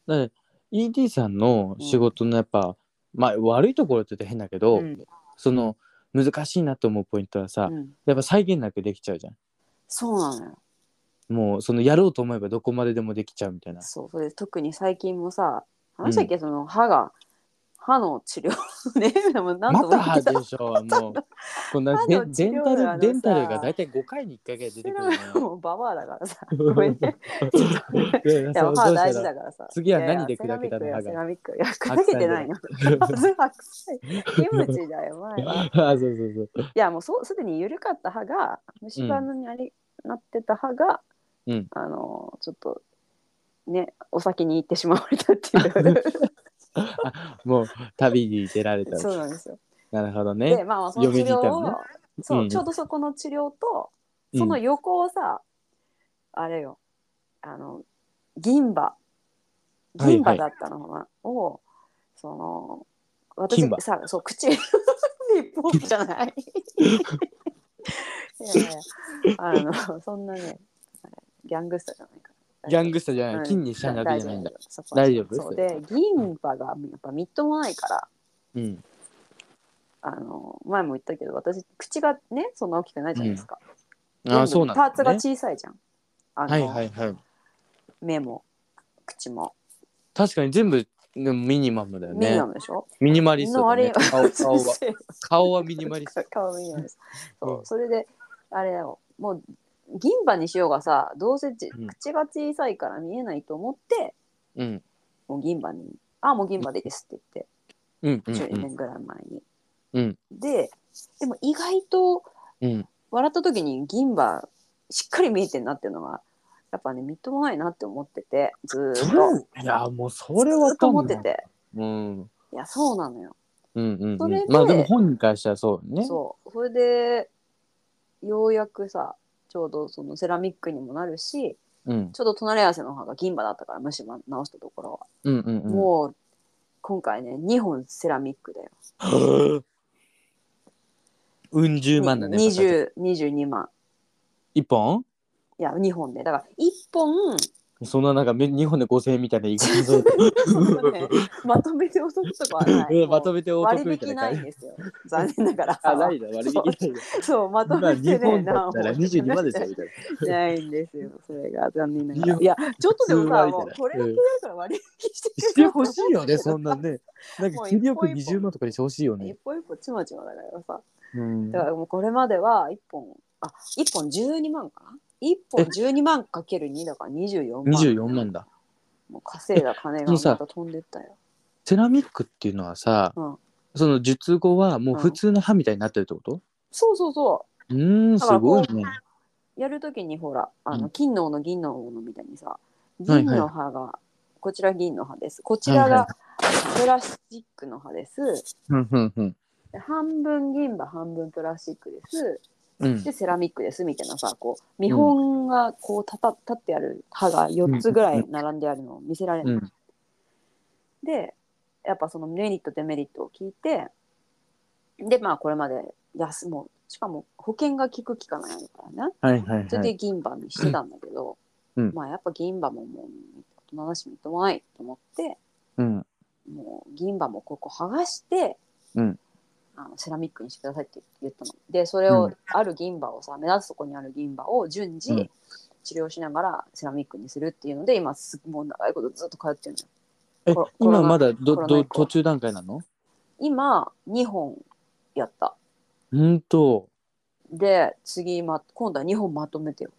S1: ED さんの仕事のやっぱ、まあ悪いところって言って変だけど、その難しいなと思うポイントはさ、やっぱ際限なくできちゃうじゃん。
S2: そうなのよ。
S1: もうやろうと思えばどこまででもできちゃうみたいな。
S2: それで特に最近もさ、話したっけ、その歯の治療ね、
S1: また歯でしょ。もうこんなデンタルがだいたい5回に1回ぐらい出てくるね。
S2: もうババアだからさ、ごめんね。歯大事だからさ。
S1: 次は何で砕けたの？歯が。
S2: セラミック。いや、砕けてないの。まず白菜。キムチだよ、前は。
S1: そう。
S2: いや、もうすでに緩かった歯が、虫歯になってた歯が、ちょっとね、お先に行ってしまわれたっていう。
S1: もう旅に出られた。
S2: そうなんですよ。
S1: なるほどね。
S2: で、まあその治療を、ちょうどそこの治療とその横をさ、あれよ、銀歯だったのを、私さ、口リポートじゃない。そんなね、ギャングスターじゃないから。
S1: ギャングスターじゃない、金にしたわけじゃないんだ。大丈夫。
S2: そうで、銀歯がやっぱみっともないから、前も言ったけど、私口がねそんな大きくないじゃないですか。
S1: そうなんだね。
S2: パーツが小さいじゃん。目も口も。
S1: 確かに全部ミニマムだよね。
S2: ミニマムでしょ。
S1: ミニマリストだね。顔はミニマリスト。
S2: 顔はミニマリスト。それであれだよ、もう銀歯にしようがさ、どうせ口が小さいから見えないと思って、もう銀歯にもう銀歯でいいですって言って、10年ぐらい前に。でも意外と笑った時に銀歯しっかり見えてんなっていうのがやっぱね、みっともないなって思ってて、ずっと。
S1: いやもうそれは
S2: ずっと思ってて。いやそうなのよ。それで
S1: まあでも本に関してはそうね。
S2: それでようやくさ、ちょうどそのセラミックにもなるし、ちょうど隣り合わせの歯が銀歯だったから、虫歯直したところは、もう今回ね2本セラミックだよ。
S1: うん十万だね。
S2: 22万。
S1: 1本？
S2: いや2本で、だから1本
S1: そんななんか日本で5000円みたいな言い方する
S2: ね、まとめてお得とかはない。
S1: まとめてお得みたいな。
S2: 割引ないんですよ。残念ながら。
S1: あ、ないだ、割引ないだ。
S2: そう、まとめてね、
S1: 日本だったら22万ですよ、みたい
S2: な。ないんですよ、それが残念ながら。いや、ちょっとでもさ、もうこれだけだから割引
S1: してほしいよね、そんなね。なんか切りよく20万とかにしてほしいよね。
S2: 一歩一歩ちまちまだからさ。だからもうこれまでは1本12万かな。1本12万かける2だから24万。
S1: 24万だ。
S2: もう稼いだ金がまた飛んでったよ。
S1: セラミックっていうのはさ、その術後はもう普通の歯みたいになってるってこと？
S2: そうそうそう。
S1: すごいね。
S2: やるときにほら、金の斧銀の斧みたいにさ、銀の刃が、こちら銀の刃です。こちらがプラスチックの刃です。半分銀歯半分プラスチックです。でセラミックですみたいなさ、こう見本がこう立ってある刃が4つぐらい並んであるのを見せられる、でやっぱそのメリットデメリットを聞いて、でまあこれまでもうしかも保険が効く効かないからね、それで銀歯にしてたんだけど、まあやっぱ銀歯ももう大人だし認めないと思って、もう銀歯もここ剥がして、セラミックにしてくださいって言ったので、それをある銀歯をさ、目立つとこにある銀歯を順次治療しながらセラミックにするっていうので、今もう長いことずっと通ってるのよ。
S1: 今まだ途中段階なの？今
S2: 2本やった。で次、今度は2本まとめてよ。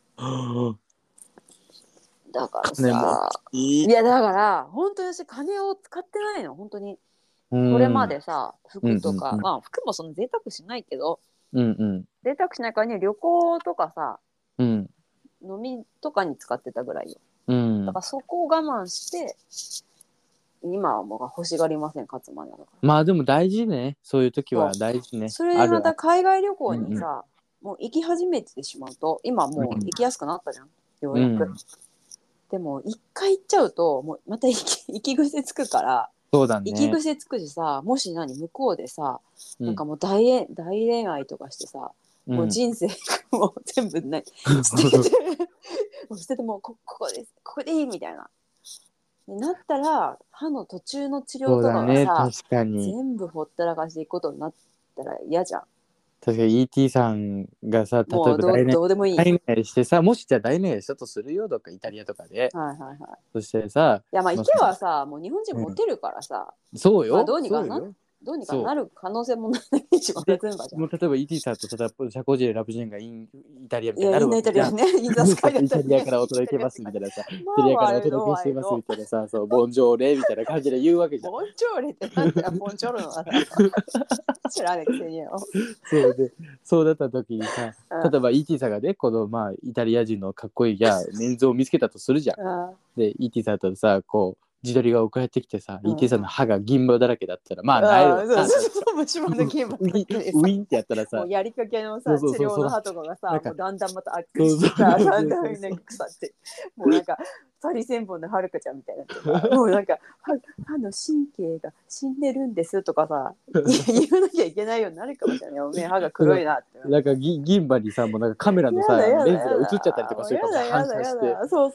S2: だからさ、いやだから本当に私金を使ってないの、本当に。これまでさ、服とか、まあ服もその贅沢しないけど、贅沢しないからね、旅行とかさ、飲みとかに使ってたぐらいよ。だからそこを我慢して、今はもう欲しがりません、勝つまでだから。
S1: まあでも大事ね、そういう時は大事ね。
S2: それでまた海外旅行にさ、もう行き始めてしまうと、今もう行きやすくなったじゃん、ようやく。でも一回行っちゃうと、もうまた行き癖つくから、
S1: そうだね。
S2: 行き癖つくしさ、もし向こうでさ、なんかもう大恋愛とかしてさ、もう人生もう全部ね、捨ててもうここでいいみたいな。なったら歯の途中の治療とかがさ、
S1: 確かに
S2: 全部ほったらかしていくことになったら嫌じゃん。
S1: 確かに ET さんがさ、例えば
S2: どうでもいい。
S1: 大恋愛してさ、もしじゃあ大恋愛したとするよとかイタリアとかで、そしてさ、
S2: いやまあ行けばさ、もう日本人モテるからさ、
S1: そうよ、
S2: どうにかなる可能性もない一番全場じゃん。
S1: もう例えば ET さんと社交辞令ラブジェンがイタリアみたい
S2: に
S1: なるわけじゃん。
S2: イタリアね、インザスカイだった
S1: イタリアからお届けますみたいなさ、イタリアからお届けしてますみたいなさ、そうボンジョーレみたいな感じで言うわけじゃん。
S2: ボンジョーレってなんだよ、ボンジョールの話。知らないくせによ。
S1: そうだった時にさ、例えば ET さんがね、このまあイタリア人のかっこいいメンズを見つけたとするじゃん。で ET さんとさ、こう自撮りが送られてきてさ、ET さんの歯が銀歯だらけだったら、まあなえるわ。
S2: 虫歯の銀歯
S1: ウィンってやったらさ、
S2: やりかけのさ、治療の歯とかがさ、もうだんだんまた悪化してさ、だんだん腐って、もうなんかサリセンボンのはるかちゃんみたいな、もうなんか歯の神経が死んでるんですとかさ、言わなきゃいけないようになるかもしれないよね。歯が黒いなって。
S1: なんか銀歯にさ、もうなんかカメラのさ、レンズが映っちゃったりとかするかもしれない。
S2: そう。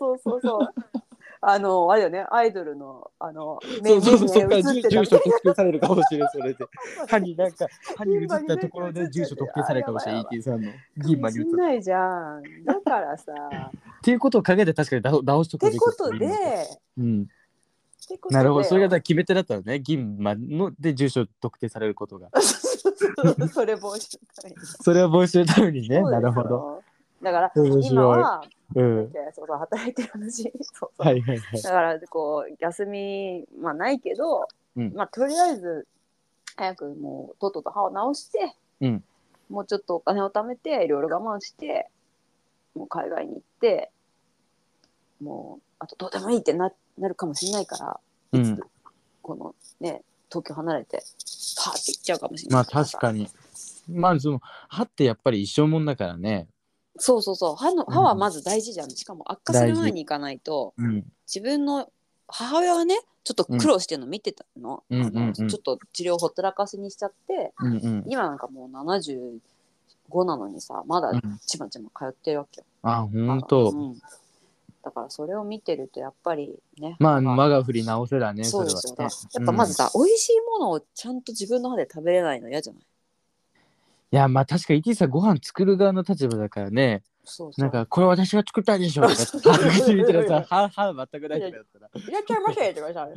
S2: あれよね、アイドルの
S1: 目に映って住所特定されるかもしれない。それで歯に映ったところで住所特定されるかもしれない。ET さんの銀歯に映って
S2: ないじゃん。だからさ
S1: っていうことをかけて確かに直しとくべきってことで、なるほど、それが決め手だったのね、銀歯ので住所特定されることが。
S2: それ防止のために。
S1: それを防止するためにね。なるほど。
S2: だから今は働いてる話。だからこう休みないけど、とりあえず早くもうとっとと歯を治して、もうちょっとお金を貯めていろいろ我慢して、もう海外に行って、もうあとどうでもいいってなるかもしれないから、いつこのね東京離れてパーって行っちゃうかもしれない。
S1: 確かに。その歯ってやっぱり一生もんだからね。
S2: そう歯はまず大事じゃん。しかも悪化する前に行かないと、自分の母親はねちょっと苦労してるの見てたの、ちょっと治療をほったらかしにしちゃって、今なんかもう75なのにさ、まだちまちま通ってるわけよ。
S1: ほんと。
S2: だからそれを見てるとやっぱりね、
S1: まあ我が振り直せだね。
S2: そうですよ、ね、やっぱまずさ、美味しいものをちゃんと自分の歯で食べれないの嫌じゃない？
S1: いやまあ確かにイティさんご飯作る側の立場だからね。そうなんかこれ私が作ったんでしょとか歯口見てるさ、歯全くないとかだったら
S2: いらっしゃいませとかさ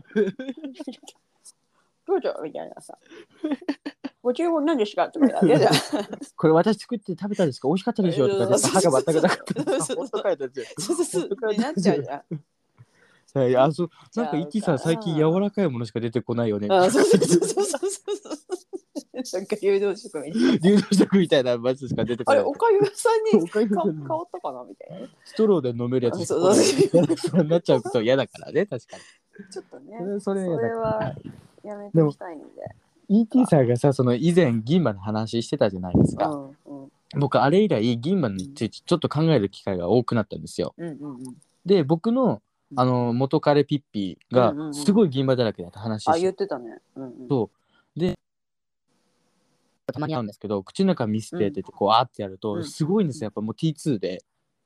S2: どうぞみたいなさご注文何ですかとか嫌じゃん
S1: これ私作って食べたんですか美味しかったでしょとか歯が全くなかった本当かよって
S2: なっちゃうじゃん。
S1: あ、そう、なんかイティさん最近柔らかいものしか出てこないよね。
S2: そうなんか流動食みたいな。
S1: 流動食みたいなやつしか出てこない。
S2: あれ、おかゆさんに変わったかなみたいな。
S1: ストローで飲めるやつそうなっちゃうと嫌だからね、確かに。
S2: ちょっとね、それはやめておきたいんで。
S1: ET さんがさ、その以前銀歯の話してたじゃないですか。僕あれ以来銀歯についてちょっと考える機会が多くなったんですよ。で、僕の元彼ピッピがすごい銀歯だらけだって話して、
S2: あ、言ってたね。
S1: そうでたまに会うんですけど、口の中見せててこうあってやるとすごいんですよ。やっぱもう T2 で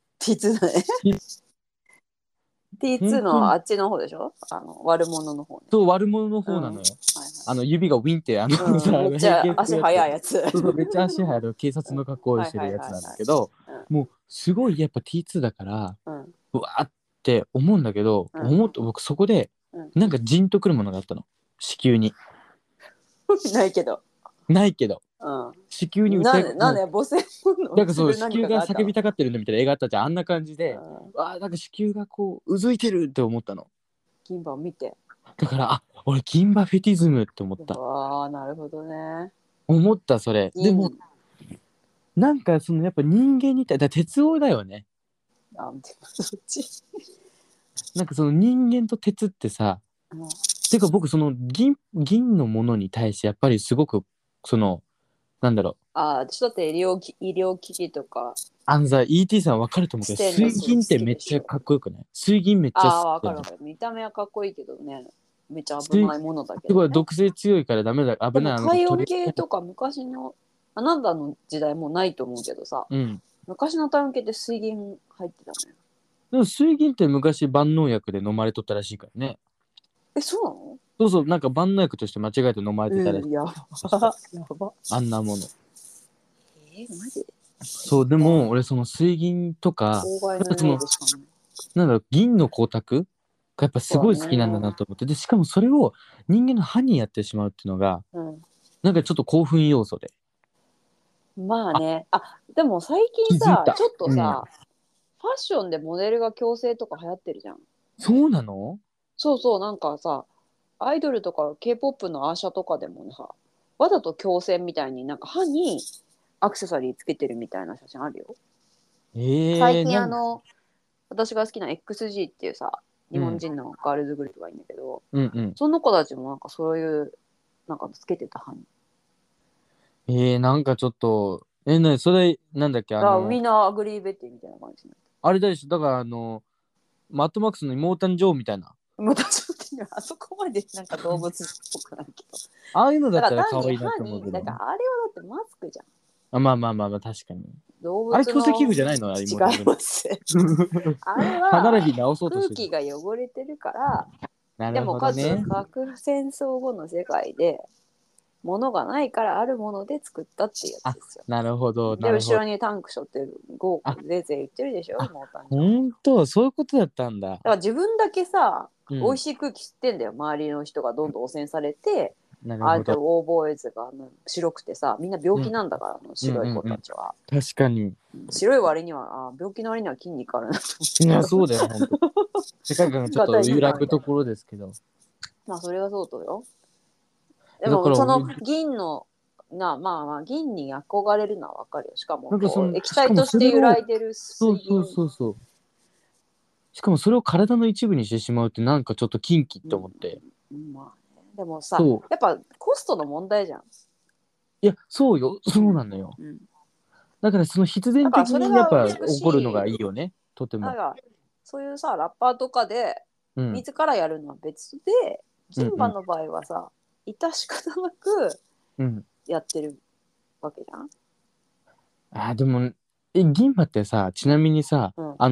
S2: T2 だね。T2 のあっちの方でしょ？悪者の方ね。
S1: そう、悪者の方なのよ。指がウィンって
S2: めっちゃ足速いやつ。
S1: めっちゃ足速い警察の格好をしてるやつなんだけど、もうすごいやっぱ T2 だから、うわーって思うんだけど、僕そこでなんかジンとくるものがあったの。子宮に。
S2: ないけど。
S1: 子宮に
S2: なんで母性本能
S1: なんかそう子宮が叫びたがってるんだみたいな映画あったじゃん。あんな感じで、なんか子宮がこううずいてるって思ったの。
S2: 銀歯を見て。
S1: だから俺銀歯フェティズムって思った。
S2: ああ、なるほどね。
S1: 思ったそれ。でもなんかそのやっぱ人間に鉄王だよね。そっち。なんかその人間と鉄ってさ、てか僕その銀のものに対してやっぱりすごくそのなんだろう。
S2: ちょっと医療機器とか。
S1: ET さん分かると思うけど、水銀ってめっちゃかっこよくない？水銀めっちゃ
S2: 分かる分かる。見た目はかっこいいけどね。めっちゃ危ないものだけど、ね。
S1: すごい毒性強いからダメだ。危ない。
S2: 海洋系とか昔のあなたの時代もないと思うけどさ、昔の体温計って水銀入ってたのよ。
S1: でも水銀って昔万能薬で飲まれとったらしいからね。
S2: そうなの？
S1: そうなんか万能薬として間違えて飲まれてたらしい。やば。あんなもの。
S2: マジで？
S1: そうでも俺その水銀とかなんだろう銀の光沢がやっぱすごい好きなんだなと思って、でしかもそれを人間の歯にやってしまうっていうのが、なんかちょっと興奮要素で。
S2: まあね。でも最近さちょっとさ、ファッションでモデルが矯正とか流行ってるじゃん。
S1: そうなの？
S2: そうなんかさアイドルとか K-POP のアーシャとかでもさわざと矯正みたいになんか歯にアクセサリーつけてるみたいな写真あるよ。最近私が好きな XG っていうさ日本人のガールズグループがいいんだけど、その子たちもなんかそういうなんかつけてた歯に。
S1: なんかちょっとそれなんだっけ
S2: みんなアグリーベッティみたいな感じになって。
S1: あれだしだからマットマックスの妹誕生みたいな。
S2: あそこまでなんか動物っぽくないけど。
S1: ああいうのだったら可愛いなと思うけど。
S2: だからあれはだってマスクじゃ
S1: ん。まあ確かに。
S2: 動物
S1: あれ矯正器具じゃないの？あれ
S2: 違います。あれは
S1: 歯並び直そうと
S2: してる。空気が汚れてるから。でもかつ核戦争後の世界で物がないからあるもので作ったっていうやつですよ。
S1: なるほど。
S2: で後ろにタンク背負ってる豪華で言ってるでしょ。
S1: 本当そういうことだったんだ。
S2: だから自分だけさ、美味しい空気吸ってんだよ。周りの人がどんどん汚染されて、あえてオーボーイズが白くてさ、みんな病気なんだから、白い子たちは。
S1: 確かに。
S2: 白い割には病気の割には筋肉あるなと思って。
S1: いやそうだよ本当。世界観がちょっと揺らぐところですけど。
S2: まあそれはそうとよ。でもその銀のまあ銀に憧れるのはわかるよ。しかも液体として揺らいでる水銀。
S1: そう。しかもそれを体の一部にしてしまうってなんかちょっと禁忌って思って。
S2: まあね。でもさ、やっぱコストの問題じゃん。
S1: いやそうよ。そうなのよ。だからその必然的にやっぱ起こるのがいいよね。とても。だから
S2: そういうさラッパーとかで自らやるのは別で、銀歯の場合はさ、致し方なくやってるわけじゃん。
S1: でも銀歯ってさちなみにさ、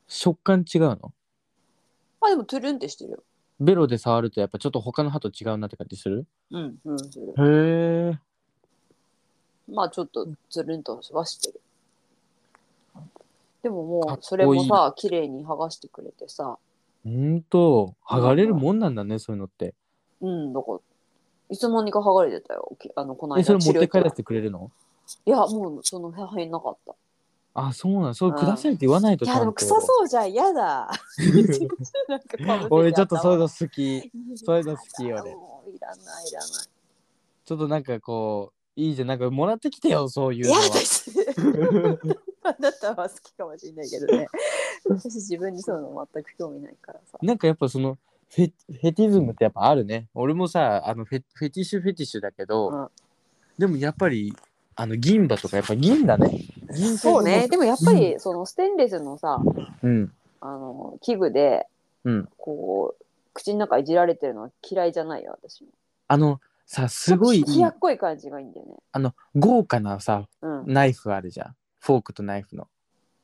S1: 食感違うの？
S2: あ、でもトゥルンってしてるよ。
S1: ベロで触るとやっぱちょっと他の歯と違うなって感じする？
S2: うんうんする。
S1: へえ。
S2: まあちょっとトゥルンとはしてる。でももうそれ
S1: かっこいい。
S2: もさ、綺麗に剥がしてくれてさ。
S1: 剥がれるもんなんだね、そういうのって。
S2: うん、だからいつの間にか剥がれてたよ。この
S1: そ
S2: 間
S1: れ持って帰らせてくれるの？
S2: いや、もうその辺入んなかった。
S1: あ、そうなん、それくだ
S2: うん。
S1: さいって言わないと
S2: いや、でも臭そうじゃん、嫌だ。なんかかぶせ
S1: 俺
S2: て
S1: ちょっとそういうの
S2: 頭。
S1: 好き。そういうの好きよね。
S2: もういらないいらない。
S1: ちょっとなんかこう、いいじゃん。なんかもらってきてよ、そういう
S2: 嫌
S1: のは。
S2: です。あなたは好きかもしれないけどね。私自分にそういうの全く興味ないからさ。
S1: なんかやっぱそのフェティズムってやっぱあるね。俺もさ、フェティッシュフェティッシュだけど、
S2: うん、
S1: でもやっぱり銀歯とかやっぱ銀だね。銀
S2: そうね。でもやっぱ
S1: うん
S2: りそのステンレスのさ、
S1: うん。
S2: 器具で
S1: うん。
S2: こう口の中いじられてるのは嫌いじゃないよ、私も。
S1: さ、
S2: ちょっと
S1: すごい
S2: 冷やっこい感じがいいんだよね。
S1: 豪華なさ、
S2: うん。
S1: ナイフあるじゃん。フォークとナイフの。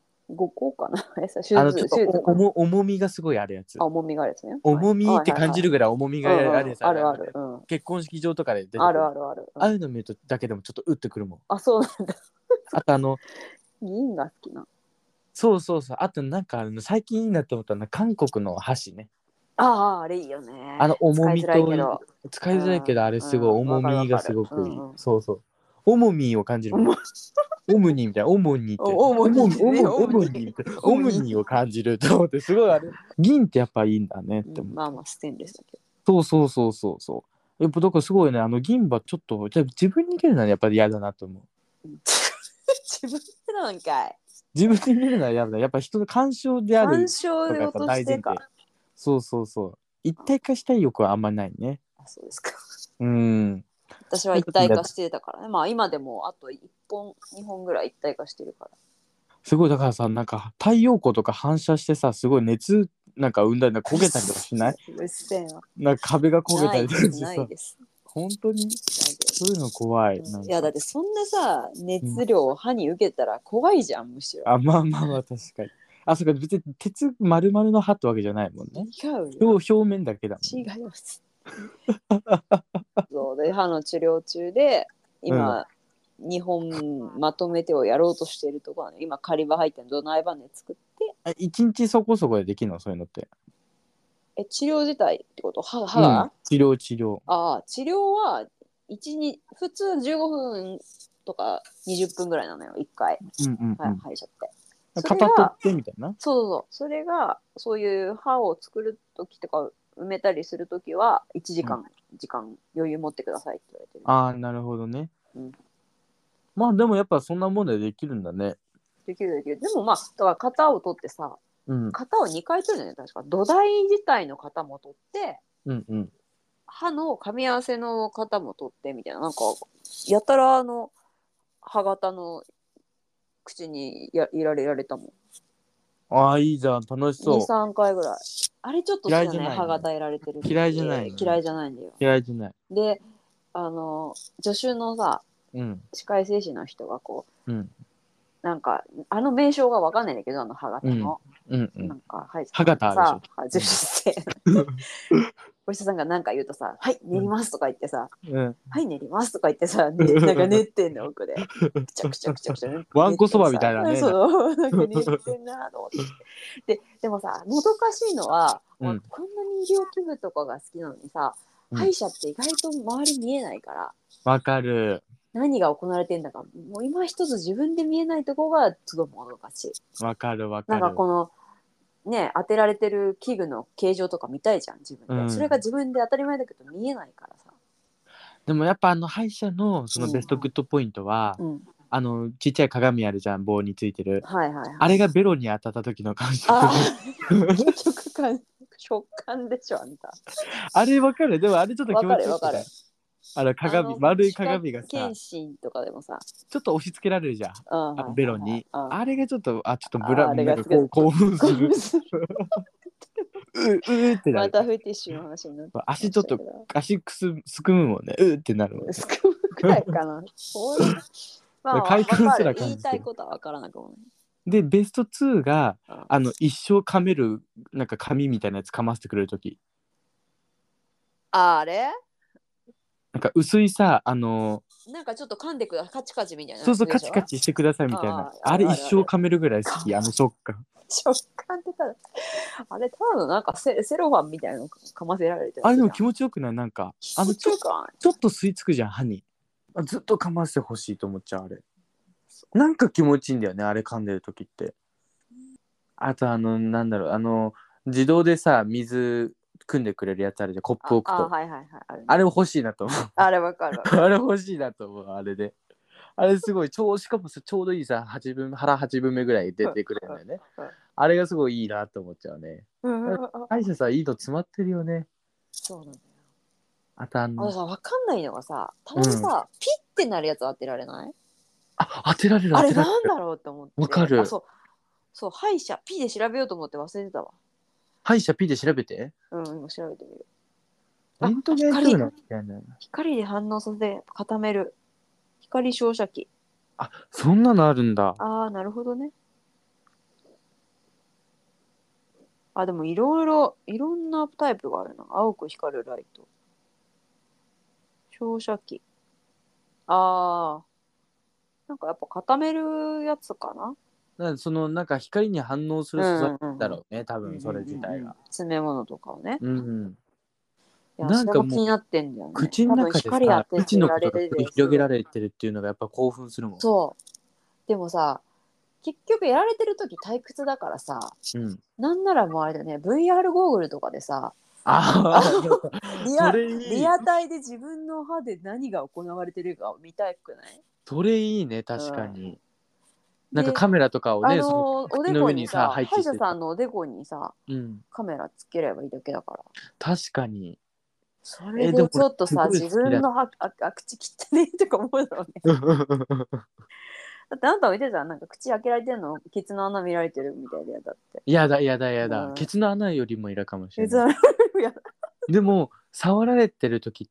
S2: 5個かな。手
S1: ちょっと
S2: 術かな。
S1: 重みがすごいあるやつ。
S2: あ、重みがあるやつね。はい、
S1: 重みって
S2: はいはいはい。
S1: 感じるぐらい重みがあるやつ
S2: あるある。うん。
S1: 結婚式場とかで出てくる。
S2: あるあるある。
S1: ああいうの見るとだけでもちょっと打ってくるもん。
S2: あ、そうなんだ。
S1: あと
S2: 銀が好きな。
S1: そうそうそう。あとなんか最近いいなって思ったのは韓国の箸ね。
S2: ああ、あれいいよね。
S1: 重みと
S2: 使いづらいけど。
S1: 使いづらいけどあれすごい重みがすごくいい。そうそう。重みを感じるもん。オムニみたいな、オモニって。オモニみたいな、オムニを感じると思って、すごいあれ。銀ってやっぱいいんだねって思う。
S2: まあまあ、ステンレスだけど。
S1: そう。やっぱだからすごいね、銀歯ちょっと、じゃあ自分に入れるのはやっぱり嫌だなと思う。
S2: 自分でなんかい。
S1: 自分に入れるのは嫌だ。やっぱ人の干渉である
S2: 干渉
S1: のがやっぱ大前提。そう。一体化したい欲はあんまないね。
S2: あ、そうですか。
S1: うん。
S2: 私は一体化してたからね。まあ今でもあと1本、2本ぐらい一体化してるから。
S1: すごいだからさ、なんか太陽光とか反射してさ、すごい熱なんか生んだり焦げたりとかしない？
S2: うっせえわ。
S1: なんか壁が焦げたりとかしてさ。
S2: ないです。
S1: 本当にそういうの怖い。
S2: いやだってそんなさ熱量を歯に受けたら怖いじゃん、むしろ。
S1: まあ確かに。そうか、別に鉄丸々の歯ってわけじゃないもんね。
S2: 違うよ。
S1: 表面だけだもん、
S2: ね。違います。そうで歯の治療中で今、2本まとめてをやろうとしているところね。今仮歯入ってドナイバネ作って。
S1: 1日そこそこでできるのそういうのって。
S2: 治療自体ってこと？歯が、
S1: 治療。
S2: ああ、治療は普通15分とか20分ぐらいなのよ、1回。歯医者って。
S1: 片取ってみたいな。
S2: そう。それがそういう歯を作る時とか埋めたりする時は1時間、時間余裕持ってくださいって言われてる。
S1: ああ、なるほどね。まあでもやっぱそんなもんでできるんだね。
S2: できる。でもまあだから型を取ってさ、型を2回取るんだよね、確か。土台自体の型も取って、歯の噛み合わせの型も取ってみたいな、なんかやたら歯型の口に入れられたもん。
S1: ああ、いいじゃん、楽しそう。
S2: 2、3回ぐらい。あれちょっと好きだね、歯型やられてる。
S1: 嫌いじゃない。
S2: 嫌いじゃないんだよ。
S1: 嫌いじゃない。
S2: で、助手のさ、歯科衛生士の人がこう、なんか名称が分かんないんだけど、歯型の。なんか、はい、
S1: 歯型あるでしょ。
S2: お医者さんが何か言うとさ、はい、練りますとか言ってさ、はい、練りますとか言ってさ、なんか練ってんの奥で。くちゃくちゃ。
S1: わんこそばみたいなね。
S2: そう、なんか練ってんなと思って。でもさ、もどかしいのは、こんなに医療器具とかが好きなのにさ、歯医者って意外と周り見えないから。
S1: わかる。
S2: 何が行われてんだか、もう今一つ自分で見えないところがすごいもどかしい。
S1: わかる。
S2: なんかこの、ね、当てられてる器具の形状とか見たいじゃん、自分で。それが自分で当たり前だけど見えないからさ。
S1: でもやっぱ歯医者のそのベストグッドポイントは、ちっちゃい鏡あるじゃん、棒についてる。あれがベロに当たった時の感触。
S2: 食感でしょ、あんた。
S1: あれわかる。でもあれちょっと気持ちいい。
S2: わかる。
S1: 丸い鏡がさ、
S2: 検診とかでもさ、
S1: ちょっと押し付けられるじゃん、ベロに。あれがちょっとブラ
S2: なんか
S1: 興奮する。ってなる。
S2: またフェティッシュの話になって。
S1: 足すくむもんね。ってなるもん。
S2: すくむくらいかな。快感すら感じてる。言いたいことは分からなくもない。
S1: でベスト2が一生噛めるなんか紙みたいなやつ噛ませてくれるとき。
S2: あれ
S1: なんか薄いさ
S2: なんかちょっと噛んでくだカチカチみたいな
S1: そうそうカチカチしてくださいみたいな。あれ一生噛めるぐらい好き食感。
S2: 食感ってあれただのなんかセロファンみたいなの噛ませられてる。
S1: あれでも気持ちよくない？なんかちょっと吸い付くじゃん歯に。ずっと噛ませてほしいと思っちゃうあれ。なんか気持ちいいんだよねあれ噛んでる時って。あとなんだろう自動でさ水汲んでくれるやつあるじゃんコップ置くと。
S2: はいはいはい、
S1: あれ欲しいなと思う。
S2: あれわかる
S1: あれ欲しいなと思うあれで。あれすごいしかもちょうどいいさ腹8分目ぐらい出てくれるんだよね。あれがすごいいいなと思っちゃうね。歯医者さいいの詰まってるよね。
S2: そうなんだよ。
S1: あと
S2: わかんないのがさたまにさ、ピッてなるやつ当てられない？
S1: 当てられる
S2: あれなんだろうって思って。
S1: わかる。
S2: そう歯医者ピで調べようと思って忘れてたわ。
S1: 歯医者ピで調べて。
S2: 今調べてみる。
S1: レントゲン撮るのみたいな。
S2: 光で反応させて固める光照射器。
S1: そんなのあるんだ。
S2: なるほどね。でもいろんなタイプがあるな。青く光るライト。照射器。なんかやっぱ固めるやつかな。
S1: なんか光に反応する素材だろうね、多分それ自体が。
S2: 詰め物とかをね。
S1: なんかもう
S2: 気になってんだよね。
S1: 口の中でさ、未知のことが繰り広げられてるっていうのがやっぱ興奮するもん。
S2: そう。でもさ、結局やられてる時退屈だからさ、なんならもうあれだね、VR ゴーグルとかでさ、リアタイで自分の歯で何が行われてるかを見たくない？
S1: それいいね、確かに。なんかカメラとかをね、
S2: おでこにさ、歯医者さんのおでこにさ、カメラつければいいだけだから。
S1: 確かに。
S2: それでちょっとさ、自分の口切ってねとか思うだろうね。だってあんたも言ってたじゃん、なんか口開けられてんの、ケツの穴見られてるみたいでやだって。
S1: やだ、ケツの穴よりも嫌かもしれない。でも触られてる時って、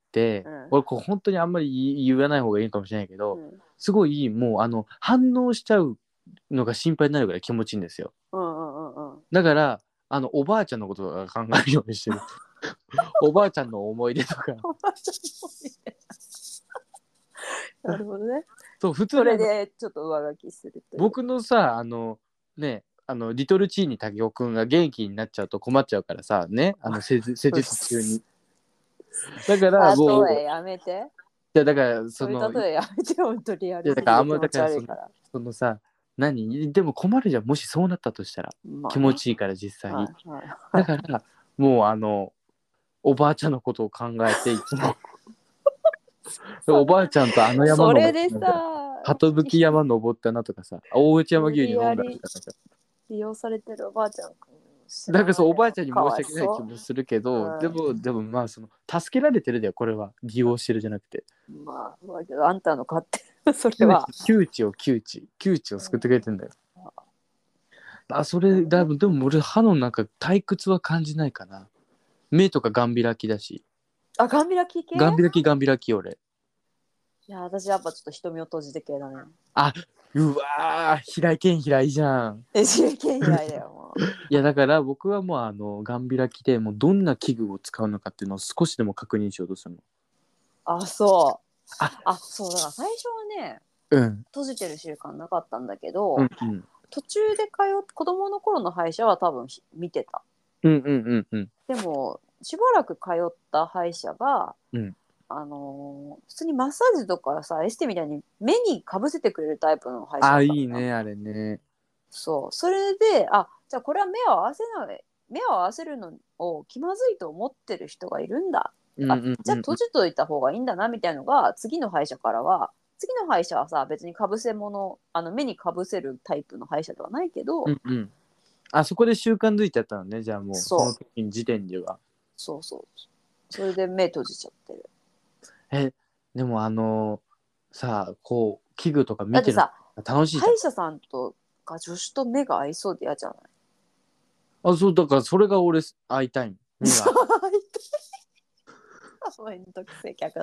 S1: 俺こう本当にあんまり言わない方がいいかもしれないけど、すごいもう反応しちゃうのが心配になるぐらい気持ちいいんですよ。だからおばあちゃんのこととか考えるようにしてる。おばあちゃんの思い出とか。おばあちゃんの思い出。
S2: なるほどね。
S1: そう普通
S2: それでちょっと上書きすると。
S1: 僕のさリトルチーニタケオくんが元気になっちゃうと困っちゃうからさね施術中に。だからもう
S2: 例えやめて。
S1: いやだから
S2: そういう例えやめて本当リアルすぎて気持ち悪いから。
S1: そのさでも困るじゃんもしそうなったとしたら、気持ちいいから実際に、だからもうおばあちゃんのことを考えていつもおばあちゃんと山登
S2: ってそれでさ
S1: 鳩吹山登ったなとかさ大内山牛乳飲んだとか
S2: 利用されてるおばあちゃん
S1: だからおばあちゃんに申し訳ない気もするけど、でもまあ助けられてるだよこれは利用してるじゃなくて、
S2: まああんたの勝手それは
S1: 窮地を救ってくれてんだよ。それでも俺歯の中退屈は感じないかな。目とかガン開きだし。
S2: ガン開き系？
S1: ガン開き俺。
S2: いや私やっぱちょっと瞳を閉じて系だね。
S1: うわー平井堅じゃん。
S2: 平井堅だよもう。
S1: いやだから僕はもうガン開きでもうどんな器具を使うのかっていうのを少しでも確認しようとするの。
S2: そうそうだから最初はね、閉じてる習慣なかったんだけど、途中で子供の頃の歯医者は多分見てた。でもしばらく通った歯医者が、普通にマッサージとかさエステみたいに目にかぶせてくれるタイプの歯医者だった。
S1: いいねあれね。
S2: それでじゃあこれは目を合わせるのを気まずいと思ってる人がいるんだ、じゃあ閉じといた方がいいんだなみたいのが次の歯医者はさ別にかぶせ物目にかぶせるタイプの歯医者ではないけど、
S1: そこで習慣づいちゃったのねじゃあもうその時の時点では。
S2: それで目閉じちゃってる。
S1: でもさこう器具とか見てるの楽しいじゃん。
S2: 歯医者さんとか助手と目が合いそうで嫌じゃない？
S1: そうだからそれが俺会いたいの。目が
S2: めんどくせえ客だな。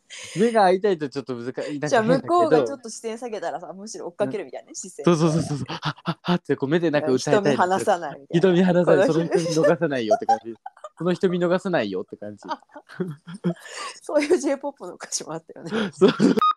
S1: 目が開いたいとちょっと難しい。
S2: じゃあ向こうがちょっと視線下げたらさ、むしろ追っかけるみたいな、ね、視線。
S1: そうはってこう目でなんか歌いたい。
S2: 瞳離さないみたいな。
S1: 瞳離さない。その瞳逃さないよって感じ。その瞳逃さないよって感じ。
S2: そういう J-POP の歌詞もあったよね。
S1: そう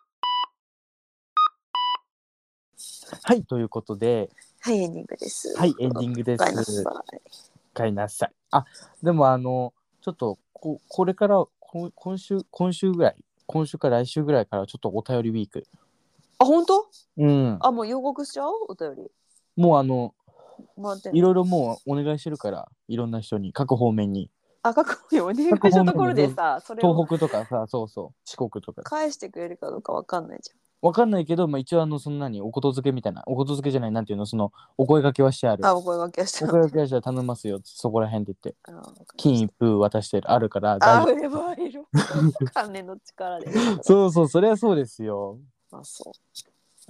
S1: はい、ということで。
S2: はい、エンディングです。
S1: はい、エンディングです。帰りなさい。あ、でもちょっとこれから今週ぐらい、今週か来週ぐらいからちょっとお便りウィーク。
S2: あ、本当？
S1: うん。
S2: あ、もう予告しちゃう？お便り。
S1: もういろいろもうお願いしてるから、いろんな人に、各方面に。
S2: 各方面お願いしたところでさ、
S1: それ東北とかさ、そうそう、四国とか。
S2: 返してくれるかどうかわかんないじゃん。
S1: わかんないけど、一応そんなにおことづけみたいな、おことづけじゃない、なんていうの、そのお声掛けはしてある。
S2: あ、お声掛けはしてある。
S1: お声掛けはして頼ますよ、そこら辺で言って。金一封渡してあるから
S2: 大丈夫。あれはいる。金の力で。
S1: そう、それはそうですよ。
S2: あ、そう。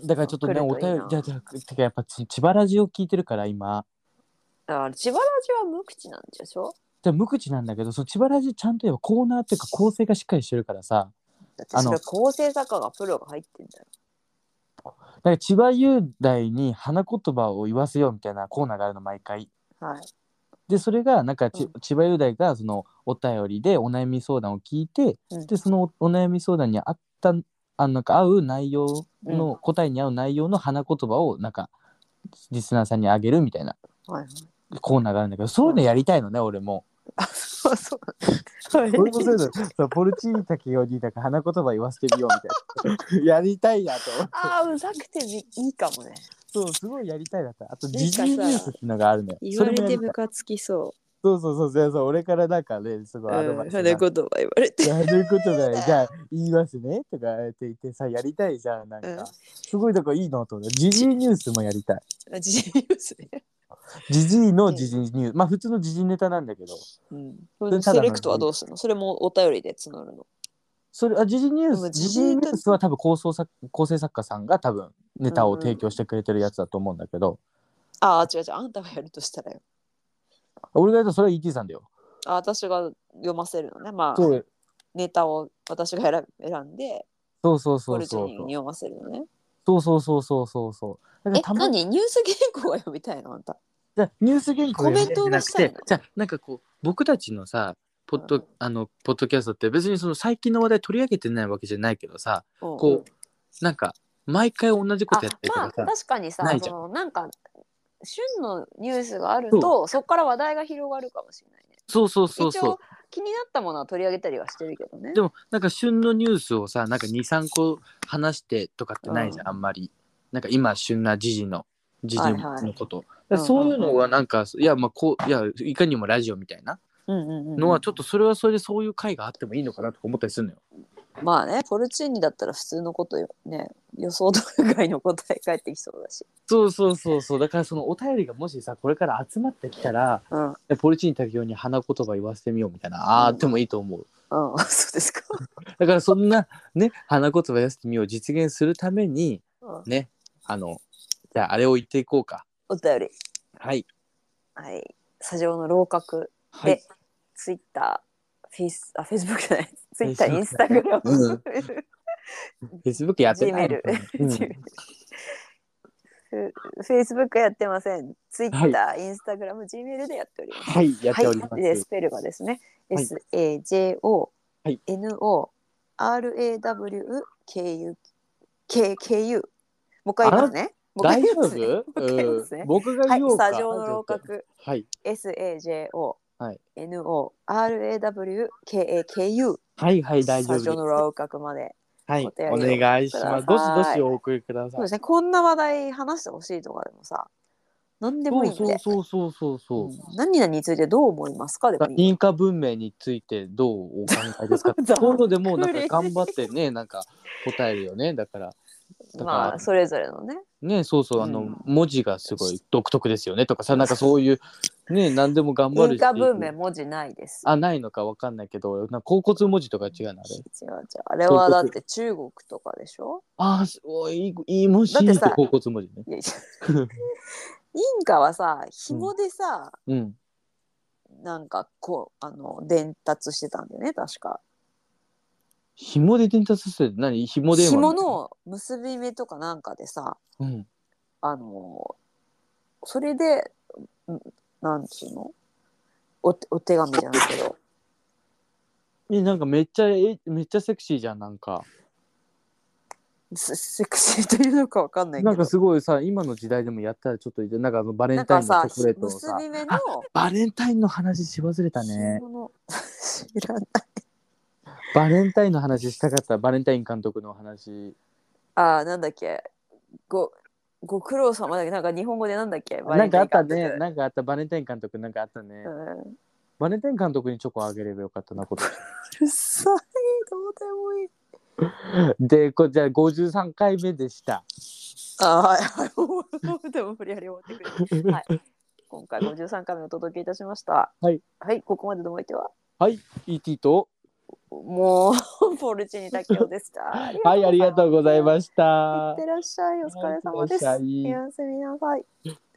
S1: だからちょっとね、お便り、じゃてかやっぱ千葉ラジオ聞いてるから今。
S2: だから千葉ラジオは無口なんでしょ？
S1: 無口なんだけど、その千葉ラジオちゃんとコーナーっていうか構成がしっかりしてるからさ。
S2: だってそれ構成作家がプロが入ってんだよ。
S1: だから千葉雄大に花言葉を言わせようみたいなコーナーがあるの毎回。
S2: はい。
S1: でそれがなんか千葉雄大がそのお便りでお悩み相談を聞いて、でそのお悩み相談に合ったなんか合う内容の、答えに合う内容の花言葉をなんかリスナーさんにあげるみたいなコーナーがあるんだけど、そういうのやりたいのね、俺も。
S2: そうそう。
S1: 俺もそういうの、そうポルチータケオになんか花言葉言わせてみようみたいなやりたいなと思って。
S2: ああ、うざくていいかもね。
S1: そう、すごいやりたいなと。あと時事ニュースっていうのがあるのよ。
S2: 言われてムカつきそう。
S1: そう俺からなんかね、すごいアドバイス。
S2: 花言葉言われて。
S1: 花言葉じゃあ言いますねとかって言ってさ、やりたいじゃん、なんか。すごいとこいいのと思って。時事ニュースもやりたい。
S2: 時事ニュースね。
S1: 時事の時事ニュース。まあ普通の時事ネタなんだけど。
S2: セレクトはどうするの？それもお便りで募るの？
S1: それ時事ニュースは多分構成作家さんが多分ネタを提供してくれてるやつだと思うんだけど。
S2: ああ、違う、あんたがやるとしたらよ。
S1: 俺がやるとそれは ET さんだよ。
S2: 私が読ませるのね。まあネタを私が選んで、
S1: そう
S2: ポルチーニに読ませるのね。
S1: そう。
S2: 何？ニュース原稿が読みたいの？あんた。
S1: じゃニュース原稿
S2: コメントがしたいの？
S1: じゃなんかこう僕たちのさポッドキャストって別にその最近の話題取り上げてないわけじゃないけどさ、こうなんか毎回同じことやってるからさ、
S2: 確かにさ、なんか旬のニュースがあるとそこから話題が広がるかもしれないね。
S1: そう一
S2: 応気になったものは取り上げたりはしてるけどね。
S1: でもなんか旬のニュースをさ、なんか 2,3 個話してとかってないじゃん、あんまり。なんか今旬な時事のこと、そういうのはなんかいやいかにもラジオみたいなのはちょっとそれはそれでそういう回があってもいいのかなとか思ったりするのよ。
S2: まあね、ポルチーニだったら普通のことよね、予想通り外の答え返ってきそうだし。
S1: そうだからそのお便りがもしさこれから集まってきたら、ポルチーニ竹雄に花言葉言わせてみようみたいなあってもいいと思う。
S2: そうですか。
S1: だからそんなね花言葉言わせてみよう実現するために、ねじゃああれを言っていこうか。
S2: お便り。
S1: はい。
S2: スタジオの楼閣で、ツイッター、フェイスブックじゃない、ツイッター、インスタグラム、フ
S1: ェイスブックやってない。
S2: フェイスブックやってません。ツイッター、インスタグラム、Gmail でやっております。
S1: はい、やっております。
S2: で、スペルがですね、SAJONORAWKUKU。もう一回言いますね。
S1: 大丈夫？僕が言おうか。
S2: スタジオの楼閣。SAJONORAWKAKU。
S1: はい、大丈夫です。
S2: スタジオの楼閣まで。
S1: はい、お願いします。どしどしお送りください。
S2: そうですね、こんな話題話してほしいとかでもさ、何でもいいんで。
S1: そう。
S2: 何々についてどう思いますかでもいい。
S1: インカ文明についてどうお考えですか？そういうのでもなんか頑張ってね、なんか答えるよね。だから
S2: まあそれぞれのね。
S1: 文字がすごい独特ですよねとかさ、なんかそういうね何でも頑張るし。
S2: インカ文明文字ないです。
S1: ないのかわかんないけど、甲骨文字とか違うのあれ。
S2: 違う。あれはだって中国とかでしょ。
S1: いい文字って甲骨文字ね。
S2: インカはさ、紐でさ、なんかこう伝達してたんだよね、確か。
S1: 紐で伝達するって何？紐電話
S2: 紐の結び目とかなんかでさ、
S1: うん、
S2: それでなんつうの、お手紙じゃないけど
S1: なんかめっちゃセクシーじゃん。なんか
S2: セクシーというのかわかんないけど、
S1: なんかすごいさ、今の時代でもやったらちょっとなんかバレンタインのチョコレートをさ、
S2: 結び目の
S1: バレンタインの話し忘れたね。
S2: 知らない。
S1: バレンタインの話したかった。バレンタイン監督の話。
S2: なんだっけ、ご苦労様だっけ、なんか日本語でなんだっけ、バレ
S1: なんかあ
S2: ンタイン監督。
S1: ったね。なんかあった。バレンタイン監督なんかあったね。バレンタイン監督にチョコあげればよかったな、こと。
S2: うるさい、どうでもいい。
S1: で、じゃあ53回目でした。
S2: はいはい。でも無理やり終わってくれる。はい。今回53回目お届けいたしました。
S1: はい。
S2: はい、ここまでのお相手は。
S1: はい、ET と。
S2: もう、ポルチーニ竹雄でした。
S1: はい、ありがとうございました。
S2: いってらっしゃい。お疲れ様です。おやすみなさい。